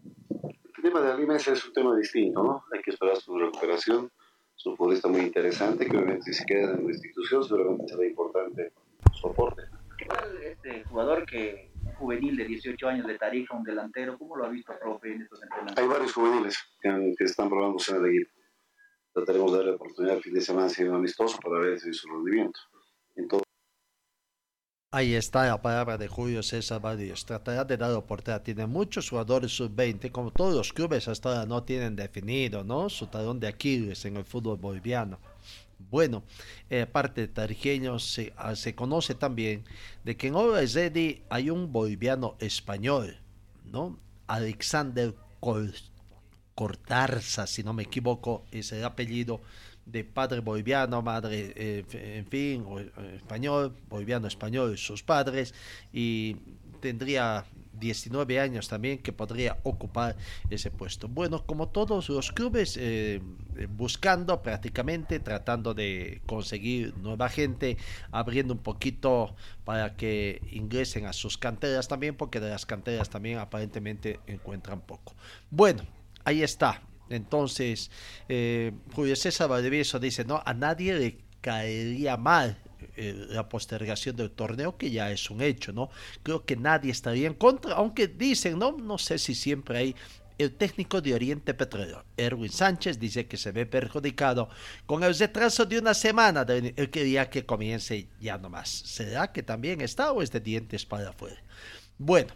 [SPEAKER 14] El tema de Alimesa es un tema distinto, ¿no? Hay que esperar su recuperación. Es un futbolista muy interesante que obviamente si se queda en la institución seguramente será importante su aporte.
[SPEAKER 15] Este jugador que juvenil de 18 años de Tarija, un delantero, ¿cómo lo ha visto, profe, en estos entrenamientos?
[SPEAKER 14] Hay varios juveniles que están probándose en el equipo. Trataremos de darle la oportunidad el fin de semana si hay un amistoso para ver su rendimiento. Entonces,
[SPEAKER 4] Ahí está la palabra de Julio César Barrios. Tratará de dar oportunidad. Tiene muchos jugadores sub-20, como todos los clubes hasta ahora no tienen definido, ¿no?, su talón de Aquiles en el fútbol boliviano. Bueno, aparte de Tarjeños, se conoce también de que en Always Ready hay un boliviano español, ¿no? Alexander Cortarza, si no me equivoco, es el apellido, de padre boliviano, madre, en fin, español, boliviano español, sus padres, y tendría 19 años también, que podría ocupar ese puesto. Bueno, como todos los clubes, buscando prácticamente, tratando de conseguir nueva gente, abriendo un poquito para que ingresen a sus canteras también, porque de las canteras también aparentemente encuentran poco. Bueno, ahí está. Entonces, Julio César Valdivieso dice, no, a nadie le caería mal la postergación del torneo, que ya es un hecho, ¿no? Creo que nadie estaría en contra, aunque dicen, no sé si siempre hay. El técnico de Oriente Petrolero, Erwin Sánchez, dice que se ve perjudicado con el retraso de una semana. Él quería que comience ya nomás. ¿Será que también está o es de dientes para afuera? Bueno,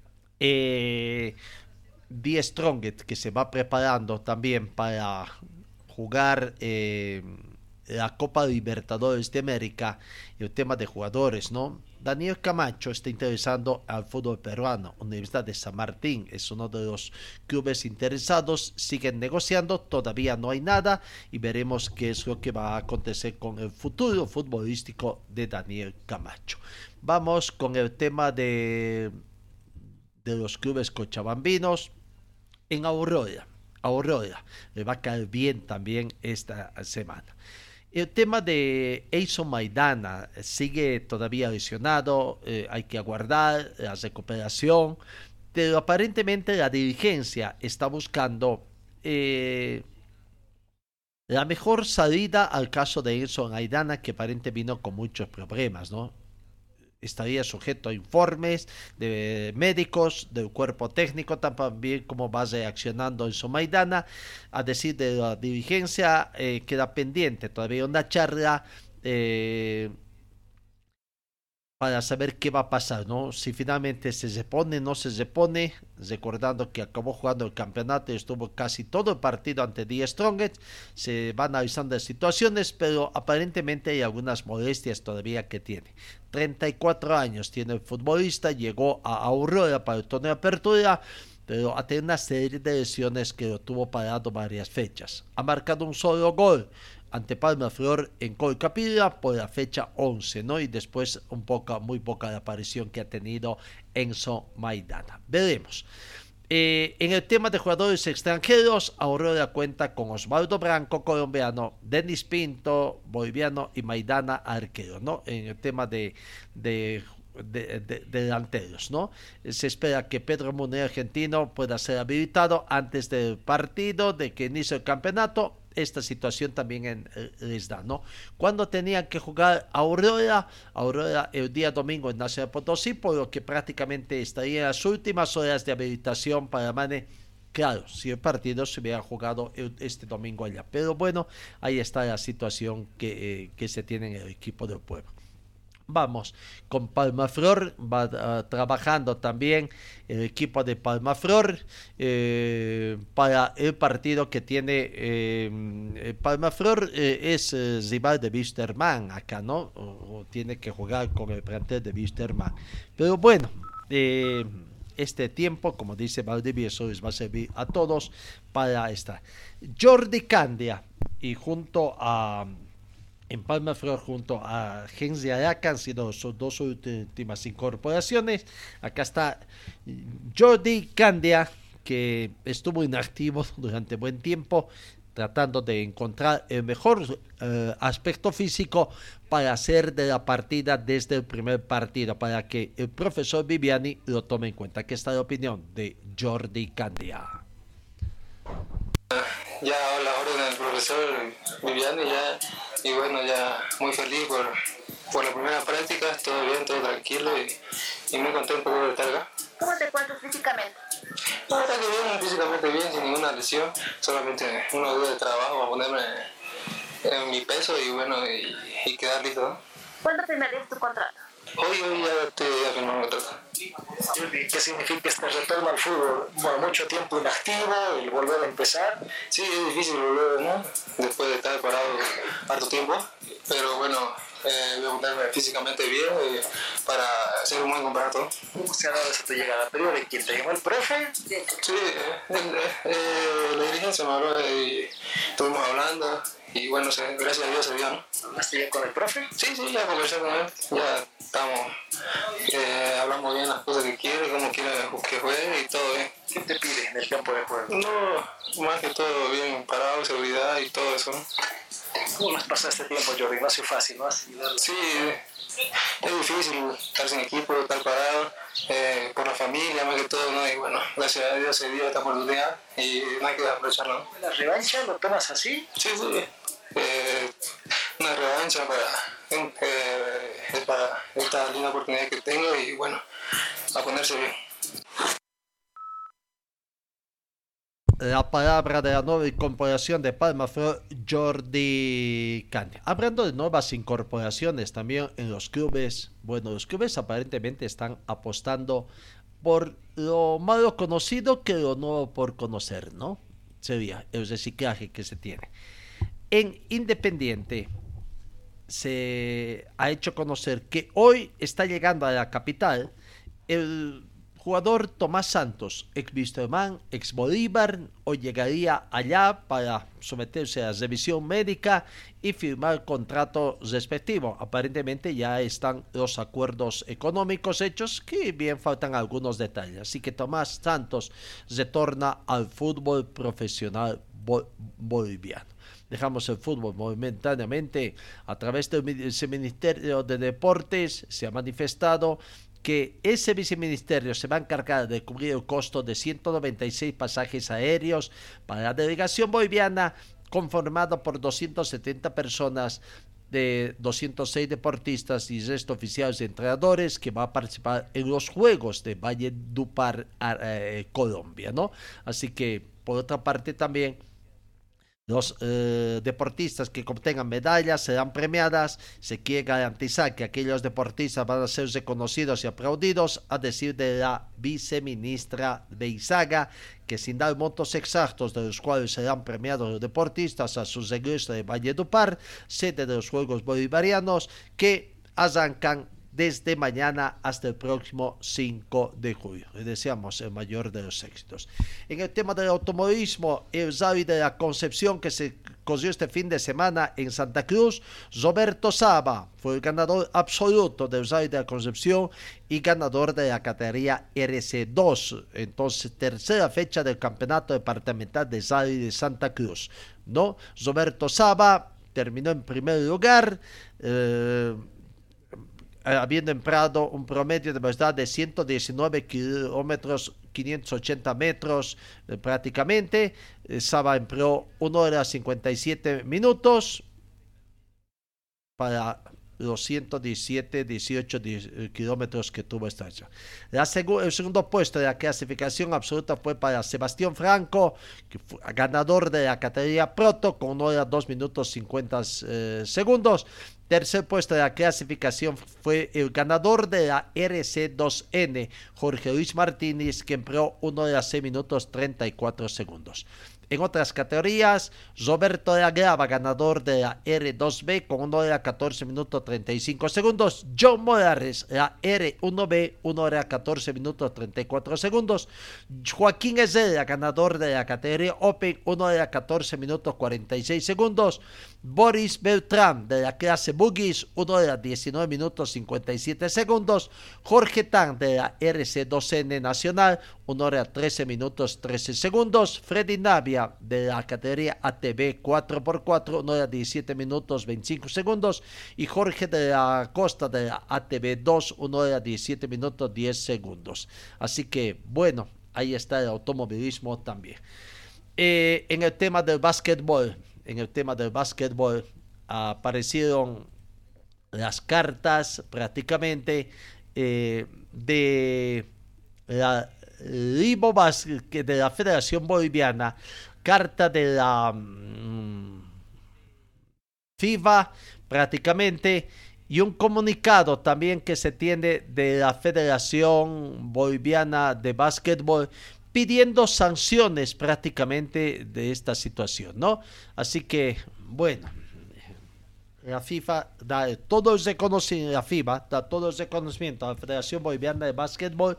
[SPEAKER 4] Die Strongest, que se va preparando también para jugar la Copa Libertadores de América, el tema de jugadores, ¿no? Daniel Camacho está interesando al fútbol peruano. Universidad de San Martín es uno de los clubes interesados. Siguen negociando, todavía no hay nada y veremos qué es lo que va a acontecer con el futuro futbolístico de Daniel Camacho. Vamos con el tema de los clubes cochabambinos. En Aurora le va a caer bien también esta semana. El tema de Eison Maidana sigue todavía lesionado, hay que aguardar la recuperación, pero aparentemente la dirigencia está buscando la mejor salida al caso de Eison Maidana, que aparentemente vino con muchos problemas, ¿no? Estaría sujeto a informes de médicos, del cuerpo técnico, también cómo va reaccionando Eison Maidana. A decir de la dirigencia, queda pendiente todavía una charla para saber qué va a pasar, ¿no? Si finalmente se repone, no se repone, recordando que acabó jugando el campeonato y estuvo casi todo el partido ante Die Strongest. Se van analizando las situaciones, pero aparentemente hay algunas molestias todavía que tiene. 34 años tiene el futbolista, llegó a Aurora para el torneo de apertura, pero ha tenido una serie de lesiones que lo tuvo parado varias fechas. Ha marcado un solo gol ante Palma Flor en Colcapilla por la fecha 11, ¿no? Y después muy poca la aparición que ha tenido Eison Maidana. Veremos. En el tema de jugadores extranjeros, Aurora cuenta con Osvaldo Branco, colombiano, Denis Pinto, boliviano, y Maidana, arquero, ¿no? En el tema de delanteros, ¿no? Se espera que Pedro Munir, argentino, pueda ser habilitado antes del partido de que inicie el campeonato. Esta situación también les da, ¿no? Cuando tenían que jugar Aurora el día domingo en Nacional Potosí, por lo que prácticamente estaría en las últimas horas de habilitación para Mane. Claro, si el partido se hubiera jugado este domingo allá, pero bueno, ahí está la situación que se tiene en el equipo del pueblo. Vamos con Palmaflor, va trabajando también el equipo de Palmaflor para el partido que tiene Palmaflor. Es rival de Wisterman acá, ¿no? O tiene que jugar con el plantel de Wisterman. Pero bueno, este tiempo, como dice Valdivieso, les va a servir a todos para estar. Jordi Candia, y junto a en Palmaflor, junto a Henry Araca, han sido sus dos últimas incorporaciones. Acá está Jordi Candia, que estuvo inactivo durante buen tiempo, tratando de encontrar el mejor aspecto físico para hacer de la partida desde el primer partido, para que el profesor Viviani lo tome en cuenta. Aquí está la opinión de Jordi Candia.
[SPEAKER 18] Ya la orden del profesor Viviani, y bueno, ya muy feliz por la primera práctica, todo bien, todo tranquilo y muy contento por estar acá.
[SPEAKER 19] ¿Cómo te encuentras físicamente?
[SPEAKER 18] La verdad que bien, físicamente bien, sin ninguna lesión, solamente unos días de trabajo para ponerme en mi peso y bueno, y quedar listo, ¿no?
[SPEAKER 19] ¿Cuándo finaliza tu contrato?
[SPEAKER 18] Hoy ya te diría que no me toca.
[SPEAKER 6] ¿Qué significa este retorno al fútbol? Bueno, mucho tiempo inactivo y volver a empezar.
[SPEAKER 18] Sí, es difícil volver, ¿no? Después de estar parado harto tiempo, pero bueno, voy a ponerme físicamente bien para hacer un buen campeonato.
[SPEAKER 6] ¿Cómo se ha dado esa tu llegada? ¿Pero de quién? ¿Te llamó el profe?
[SPEAKER 18] Sí, la dirigencia me habló y estuvimos hablando y bueno, gracias a Dios se dio, ¿no?
[SPEAKER 6] ¿Hablaste ya con el profe?
[SPEAKER 18] Sí, ya conversé con él, ya estamos, hablamos bien las cosas que quiere, cómo quiere que juegue y todo bien.
[SPEAKER 6] ¿Qué te pide en el campo de juego?
[SPEAKER 18] No, más que todo bien parado, seguridad y todo eso, ¿no?
[SPEAKER 6] ¿Cómo nos pasa este tiempo, Jordi? No ha sido fácil, ¿no?
[SPEAKER 18] Sí, es difícil estar sin equipo, estar parado, por la familia más que todo, ¿no? Y bueno, gracias a Dios se dio esta oportunidad y no hay que aprovecharlo, ¿no?
[SPEAKER 6] ¿La revancha lo tomas así?
[SPEAKER 18] Sí, una revancha para esta linda oportunidad que tengo y bueno, a ponerse bien.
[SPEAKER 4] La palabra de la nueva incorporación de Palma fue Jordi Caña. Hablando de nuevas incorporaciones también en los clubes, bueno, los clubes aparentemente están apostando por lo malo conocido que lo nuevo por conocer, ¿no? Sería el reciclaje que se tiene. En Independiente se ha hecho conocer que hoy está llegando a la capital el jugador Tomás Santos, ex Wisterman, ex Bolívar, hoy llegaría allá para someterse a revisión médica y firmar contrato respectivo. Aparentemente ya están los acuerdos económicos hechos, que bien faltan algunos detalles. Así que Tomás Santos retorna al fútbol profesional boliviano. Dejamos el fútbol momentáneamente. A través del Ministerio de Deportes se ha manifestado que ese viceministerio se va a encargar de cubrir el costo de 196 pasajes aéreos para la delegación boliviana, conformado por 270 personas de 206 deportistas y resto oficiales y entrenadores que va a participar en los Juegos de Valledupar, Colombia, ¿no? Así que, por otra parte, también los deportistas que obtengan medallas serán premiadas. Se quiere garantizar que aquellos deportistas van a ser reconocidos y aplaudidos, a decir de la viceministra Beizaga, que sin dar montos exactos de los cuales serán premiados los deportistas a su regreso de Valledupar, sede de los Juegos Bolivarianos, que arrancan desde mañana hasta el próximo 5 de julio. Le deseamos el mayor de los éxitos. En el tema del automovilismo, el Rally de la Concepción que se corrió este fin de semana en Santa Cruz, Roberto Saba fue el ganador absoluto del Rally de la Concepción y ganador de la categoría RC2. Entonces, tercera fecha del Campeonato Departamental de Rally de Santa Cruz, ¿no? Roberto Saba terminó en primer lugar, habiendo empleado un promedio de velocidad de 119 kilómetros 580 metros prácticamente. Saba empleó 1 hora 57 minutos para los 18 kilómetros que tuvo esta hecha. El segundo puesto de la clasificación absoluta fue para Sebastián Franco, que fue ganador de la categoría Proto con 1 hora 2 minutos 50 segundos. Tercer puesto de la clasificación fue el ganador de la RC2N, Jorge Luis Martínez, que empleó 1 hora 6 minutos 34 segundos. En otras categorías, Roberto de la Grava, ganador de la R2B con 1 hora 14 minutos 35 segundos. John Morales, la R1B, 1 hora 14 minutos 34 segundos. Joaquín Herrera, ganador de la categoría Open, 1 hora 14 minutos 46 segundos. Boris Beltrán, de la clase Buggies, 1 hora 19 minutos 57 segundos. Jorge Tan, de la RC2N Nacional, 1 hora 13 minutos 13 segundos. Freddy Navia, de la categoría ATV 4x4, 1 hora 17 minutos 25 segundos. Y Jorge de la Costa, de la ATV 2, 1 hora 17 minutos 10 segundos. Así que, bueno, ahí está el automovilismo también. En el tema del básquetbol, aparecieron las cartas prácticamente de la de la Federación Boliviana, carta de la FIFA prácticamente, y un comunicado también que se tiene de la Federación Boliviana de Básquetbol pidiendo sanciones prácticamente de esta situación, ¿no? Así que, bueno, la FIFA da todo el reconocimiento, a la Federación Boliviana de Básquetbol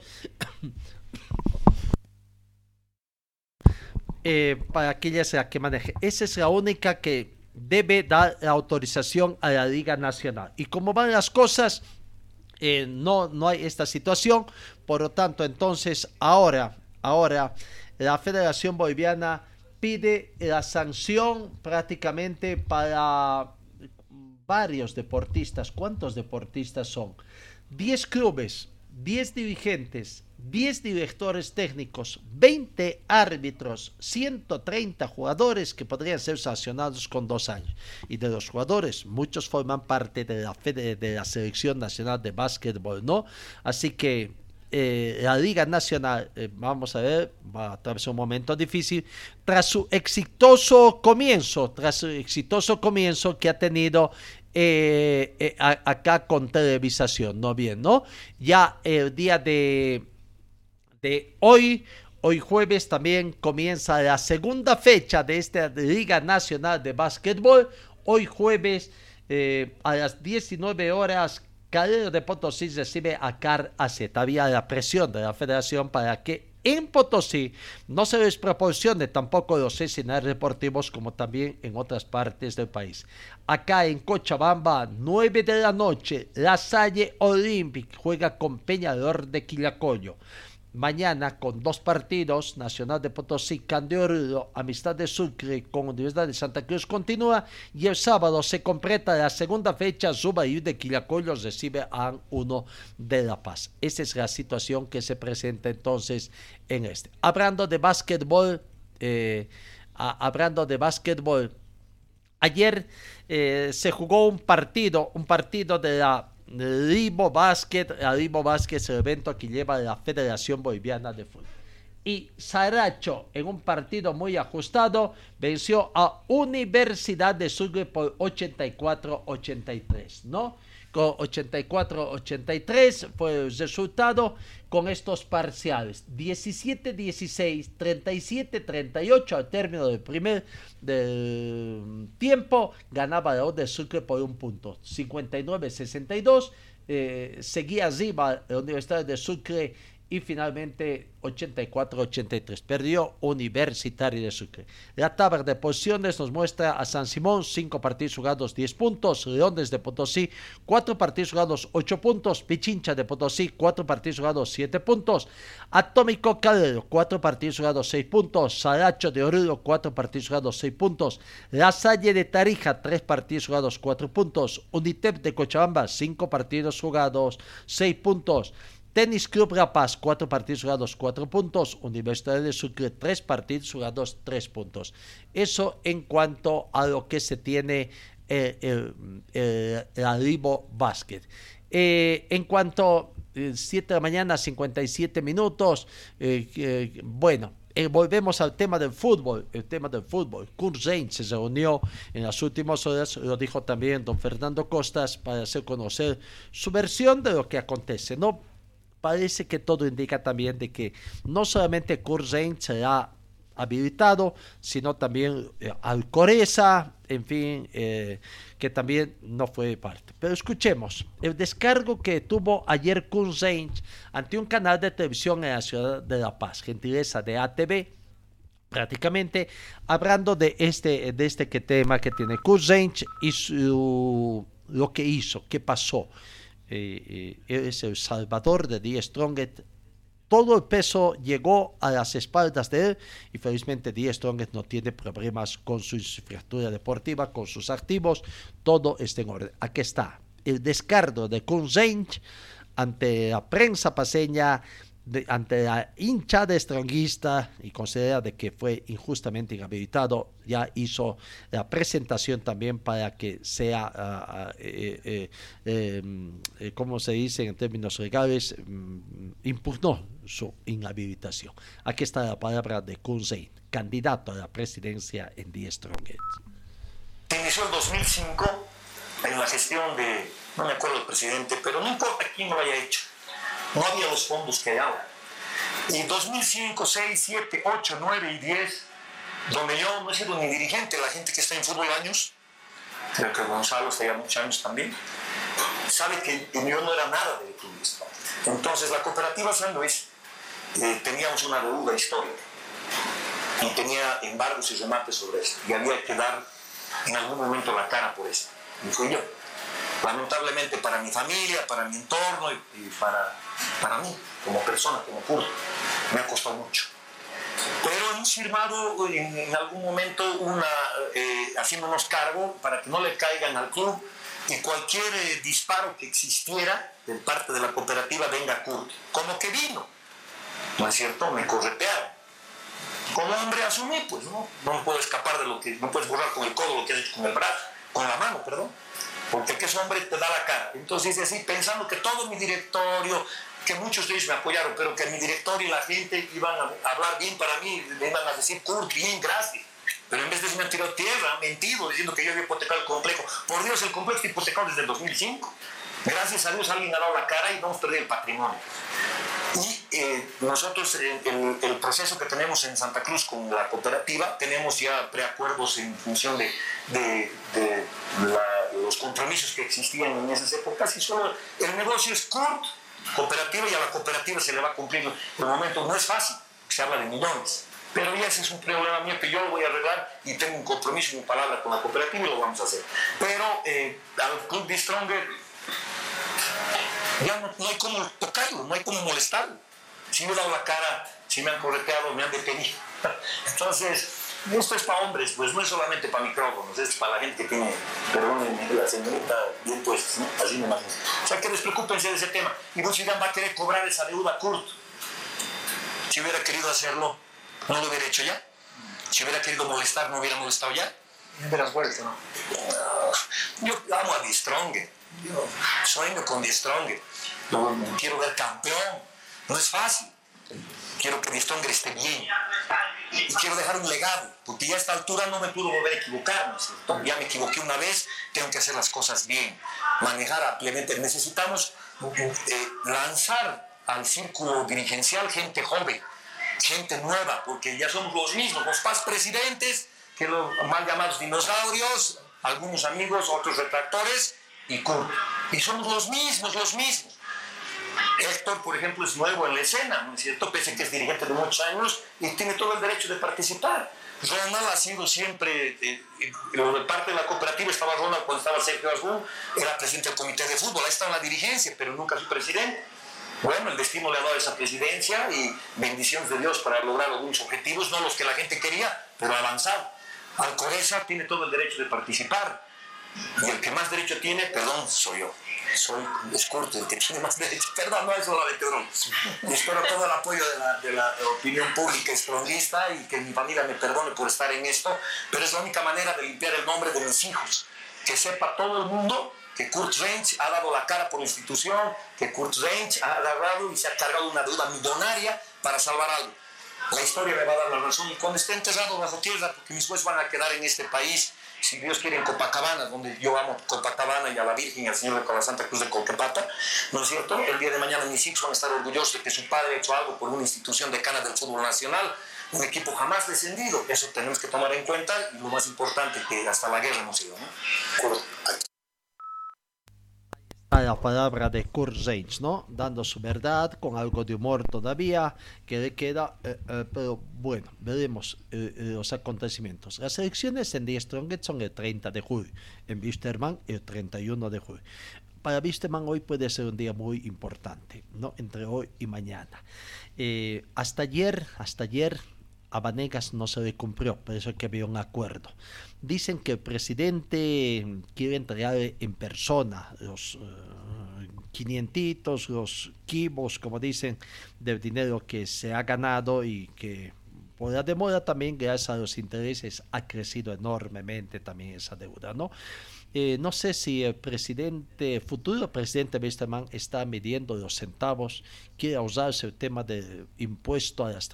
[SPEAKER 4] para que ella sea la que maneje. Esa es la única que debe dar la autorización a la Liga Nacional. Y como van las cosas, no hay esta situación. Por lo tanto, entonces, ahora la Federación Boliviana pide la sanción prácticamente para varios deportistas. ¿Cuántos deportistas son? 10 clubes, 10 dirigentes, 10 directores técnicos, 20 árbitros, 130 jugadores que podrían ser sancionados con 2 años. Y de los jugadores, muchos forman parte de la Selección Nacional de Básquetbol, ¿no? Así que la Liga Nacional, vamos a ver, va a atravesar un momento difícil tras su exitoso comienzo que ha tenido acá con televisación, ¿no? Bien, ¿no? Ya el día de hoy jueves también comienza la segunda fecha de esta Liga Nacional de Básquetbol. Hoy jueves a las 19 horas Calero de Potosí recibe a CAR AZ. Había la presión de la federación para que en Potosí no se les proporcione tampoco los escenarios deportivos como también en otras partes del país. Acá en Cochabamba, 9 de la noche, La Salle Olympic juega con Peñador de Quillacollo. Mañana con 2 partidos, Nacional de Potosí, Candioruro, Amistad de Sucre con Universidad de Santa Cruz continúa, y el sábado se completa la segunda fecha, Zubair de Quillacollo recibe a 1 de La Paz. Esa es la situación que se presenta entonces en este. Hablando de básquetbol, ayer se jugó un partido de la Libo Basket. Libo Basket es el evento que lleva la Federación Boliviana de Fútbol. Y Saracho, en un partido muy ajustado, venció a Universidad de Sucre por 84-83, ¿no? Con 84-83 fue el resultado con estos parciales. 17-16, 37-38 al término del primer tiempo. Ganaba la U de Sucre por 1 punto. 59-62. Seguía arriba la Universidad de Sucre y finalmente 84-83 perdió Universitario de Sucre. La tabla de posiciones nos muestra a San Simón 5 partidos jugados 10 puntos, Leones de Potosí 4 partidos jugados 8 puntos, Pichincha de Potosí 4 partidos jugados 7 puntos, Atómico Calero 4 partidos jugados 6 puntos, Saracho de Oruro 4 partidos jugados 6 puntos, La Salle de Tarija 3 partidos jugados 4 puntos, Unitep de Cochabamba 5 partidos jugados 6 puntos, Tenis Club La Paz, 4 partidos jugados, 4 puntos. Universidad de Sucre, 3 partidos jugados, 3 puntos. Eso en cuanto a lo que se tiene la Libo Basket. En cuanto 7 de la mañana, 57 minutos, bueno, volvemos al tema del fútbol. Kurt Zein se reunió en las últimas horas, lo dijo también don Fernando Costas, para hacer conocer su versión de lo que acontece, ¿no? Parece que todo indica también de que no solamente Kurt Zein será habilitado, sino también Alcoreza, en fin, que también no fue parte. Pero escuchemos el descargo que tuvo ayer Kurt Zein ante un canal de televisión en la ciudad de La Paz, gentileza de ATV, prácticamente hablando de este tema que tiene Kurt Zein y lo que hizo, qué pasó. Es el salvador de Die Strongest. Todo el peso llegó a las espaldas de él y felizmente Die Strongest no tiene problemas con su infraestructura deportiva, con sus activos, todo está en orden. Aquí está el descargo de Kurt Zein ante la prensa paseña, ante la hinchada stronguista, y considera de que fue injustamente inhabilitado. Ya hizo la presentación también para que sea, como se dice en términos legales, impugnó su inhabilitación. Aquí está la palabra de Kurt Zein, candidato a la presidencia en Die Strongest.
[SPEAKER 20] Se inició en 2005 en la gestión de no me acuerdo del presidente, pero no importa quién lo haya hecho, no había los fondos que hay ahora. Y 2005, 6, 7, 8, 9 y 10, donde yo no he sido ni dirigente, la gente que está en fútbol años, creo que Gonzalo está ya muchos años también, sabe que yo no era nada de clubista. Entonces la cooperativa San Luis teníamos una deuda histórica y tenía embargos y remates sobre esto, y había que dar en algún momento la cara por esto, y fui yo. Lamentablemente para mi familia, para mi entorno y para mí, como persona, como kurdo, me ha costado mucho. Pero hemos firmado en algún momento haciéndonos cargo para que no le caigan al club y cualquier disparo que existiera de parte de la cooperativa venga a Kurt, como que vino, ¿no es cierto? Me corretearon. Como hombre asumí, pues no me puedo escapar de lo que, no puedes borrar con el codo lo que has hecho con el brazo, con la mano, perdón, porque que ese hombre te da la cara. Entonces así, pensando que todo mi directorio, que muchos de ellos me apoyaron, pero que mi directorio y la gente iban a hablar bien para mí, me iban a decir, Kurt, bien, gracias. Pero en vez de eso me han tirado tierra, han mentido, diciendo que yo había hipotecado el complejo. Por Dios, el complejo está hipotecado desde el 2005. Gracias a Dios alguien ha dado la cara y no hemos perdido el patrimonio. Y nosotros, el proceso que tenemos en Santa Cruz con la cooperativa, tenemos ya preacuerdos en función de los compromisos que existían en esas épocas, y solo el negocio es Kurt, cooperativa, y a la cooperativa se le va a cumplir el momento. No es fácil, se habla de millones, pero ya ese es un problema mío que yo lo voy a arreglar y tengo un compromiso y mi palabra con la cooperativa y lo vamos a hacer. Pero al Club de Stronger ya no hay cómo tocarlo, no hay cómo molestarlo. Si me he dado la cara, si me han correteado, me han detenido. Entonces, esto es para hombres, pues no es solamente para micrófonos, es para la gente que tiene, perdónenme, la señorita bien puesta, ¿no? Así me imagino. O sea, que despreocúpense de ese tema. Y Bushirán va a querer cobrar esa deuda a Kurt. Si hubiera querido hacerlo, no lo hubiera hecho ya. Si hubiera querido molestar, no hubiera molestado ya. Me hubieras vuelto, ¿no? Yo amo a The Stronger. Yo sueño con The Stronger. Yo quiero ver campeón. No es fácil. Quiero que The Stronger esté bien. Y quiero dejar un legado, porque ya a esta altura no me puedo volver a equivocar, ¿no es cierto? Ya me equivoqué una vez, tengo que hacer las cosas bien, manejar ampliamente. Necesitamos lanzar al círculo dirigencial gente joven, gente nueva, porque ya somos los mismos, los past presidentes, que los mal llamados dinosaurios, algunos amigos, otros retractores, y somos los mismos. Héctor, por ejemplo, es nuevo en la escena, ¿no es cierto? Pese a que es dirigente de muchos años y tiene todo el derecho de participar. Ronald ha sido siempre, de parte de la cooperativa estaba Ronald cuando estaba Sergio Asbun, era presidente del comité de fútbol, ahí está en la dirigencia, pero nunca fue presidente. Bueno, el destino le ha dado esa presidencia y bendiciones de Dios para lograr algunos objetivos, no los que la gente quería, pero avanzado. Alcoreza tiene todo el derecho de participar. Y el que más derecho tiene, perdón, soy yo. Es Kurt el que tiene más derecho. Perdón, no es solamente broma. Y espero todo el apoyo de la opinión pública estronguista y que mi familia me perdone por estar en esto, pero es la única manera de limpiar el nombre de mis hijos. Que sepa todo el mundo que Kurt Rentsch ha dado la cara por la institución, que Kurt Rentsch ha agarrado y se ha cargado una deuda millonaria para salvar algo. La historia me va a dar la razón. Y cuando esté enterrado bajo tierra, porque mis huesos van a quedar en este país, si Dios quiere, en Copacabana, donde yo amo Copacabana y a la Virgen y al Señor de la Santa Cruz de Colquepata, ¿no es cierto? El día de mañana mis hijos van a estar orgullosos de que su padre ha hecho algo por una institución decana del fútbol nacional, un equipo jamás descendido. Eso tenemos que tomar en cuenta, y lo más importante, que hasta la guerra hemos ido, ¿no?
[SPEAKER 4] La palabra de Kurt Rentsch, ¿no? Dando su verdad, con algo de humor todavía, que le queda, pero bueno, veremos los acontecimientos. Las elecciones en The Strongest son el 30 de julio, en Wisterman el 31 de julio. Para Wisterman hoy puede ser un día muy importante, ¿no? Entre hoy y mañana. Hasta ayer a Vanegas no se le cumplió, por eso es que había un acuerdo. Dicen que el presidente quiere entregar en persona los 500, los kibos, como dicen, del dinero que se ha ganado, y que por la demora también, gracias a los intereses, ha crecido enormemente también esa deuda, ¿no? No sé si el futuro presidente Wisterman está midiendo los centavos, quiere usarse el tema del impuesto a las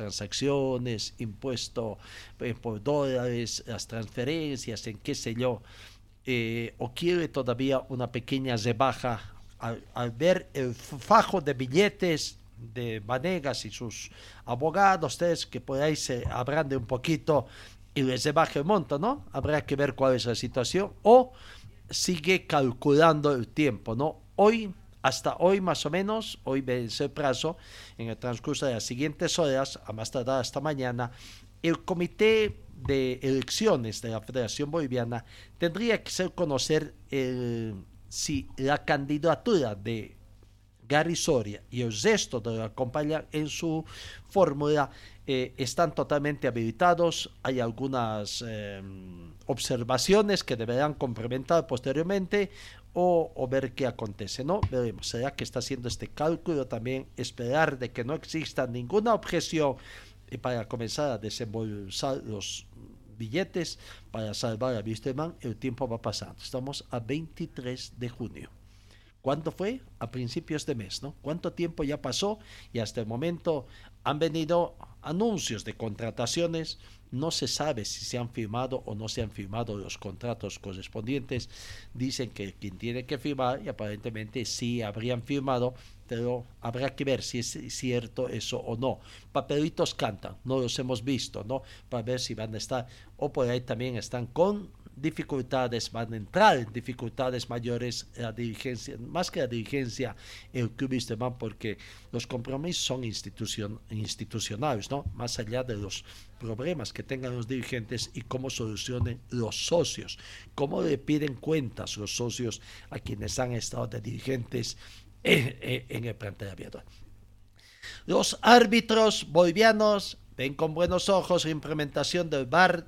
[SPEAKER 4] transacciones, impuesto por dólares, las transferencias, en qué sé yo, o quiere todavía una pequeña rebaja al ver el fajo de billetes de Vanegas y sus abogados, ustedes que por ahí se abrande un poquito y les rebaje el monto, ¿no? Habrá que ver cuál es la situación, o sigue calculando el tiempo, ¿no? Hasta hoy más o menos, hoy vence el plazo, en el transcurso de las siguientes horas, a más tardar hasta mañana, el comité de elecciones de la Federación Boliviana tendría que hacer conocer si la candidatura de Gary Soria y el resto de la compañía en su fórmula están totalmente habilitados. Hay algunas observaciones que deberán complementar posteriormente o ver qué acontece, ¿no? Veremos, será que está haciendo este cálculo también, esperar de que no exista ninguna objeción para comenzar a desembolsar los billetes para salvar a Wisterman. El tiempo va pasando, estamos a 23 de junio. ¿Cuánto fue? A principios de mes, ¿no? ¿Cuánto tiempo ya pasó? Y hasta el momento han venido anuncios de contrataciones. No se sabe si se han firmado o no se han firmado los contratos correspondientes. Dicen que quien tiene que firmar, y aparentemente sí habrían firmado, pero habrá que ver si es cierto eso o no. Papelitos cantan, no los hemos visto, ¿no? Para ver si van a estar, o por ahí también están con dificultades, van a entrar en dificultades mayores la dirigencia, más que la dirigencia, el club Wisterman, porque los compromisos son institucionales, ¿no? Más allá de los problemas que tengan los dirigentes y cómo solucionen los socios, cómo le piden cuentas los socios a quienes han estado de dirigentes en el plantel abierto. Los árbitros bolivianos ven con buenos ojos la implementación del VAR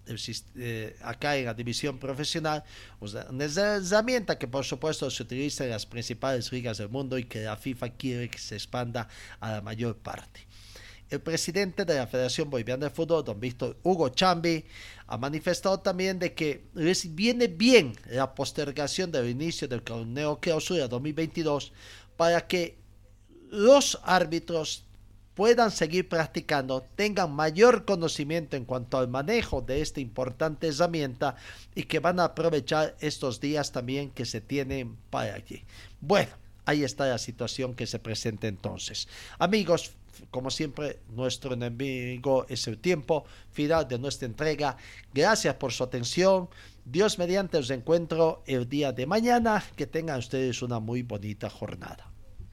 [SPEAKER 4] acá en la división profesional, una herramienta que por supuesto se utiliza en las principales ligas del mundo y que la FIFA quiere que se expanda a la mayor parte. El presidente de la Federación Boliviana de Fútbol, don Víctor Hugo Chambi, ha manifestado también de que les viene bien la postergación del inicio del torneo Clausura 2022 para que los árbitros puedan seguir practicando, tengan mayor conocimiento en cuanto al manejo de esta importante herramienta y que van a aprovechar estos días también que se tienen para allí. Bueno, ahí está la situación que se presenta entonces. Amigos, como siempre, nuestro enemigo es el tiempo. Final de nuestra entrega. Gracias por su atención. Dios mediante, os encuentro el día de mañana. Que tengan ustedes una muy bonita jornada.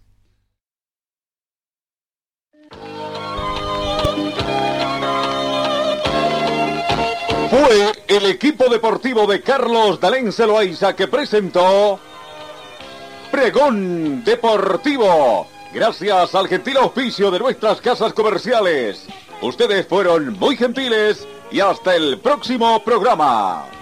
[SPEAKER 2] Fue el equipo deportivo de Carlos D'Alence Loaiza que presentó Pregón Deportivo. Gracias al gentil auspicio de nuestras casas comerciales. Ustedes fueron muy gentiles y hasta el próximo programa.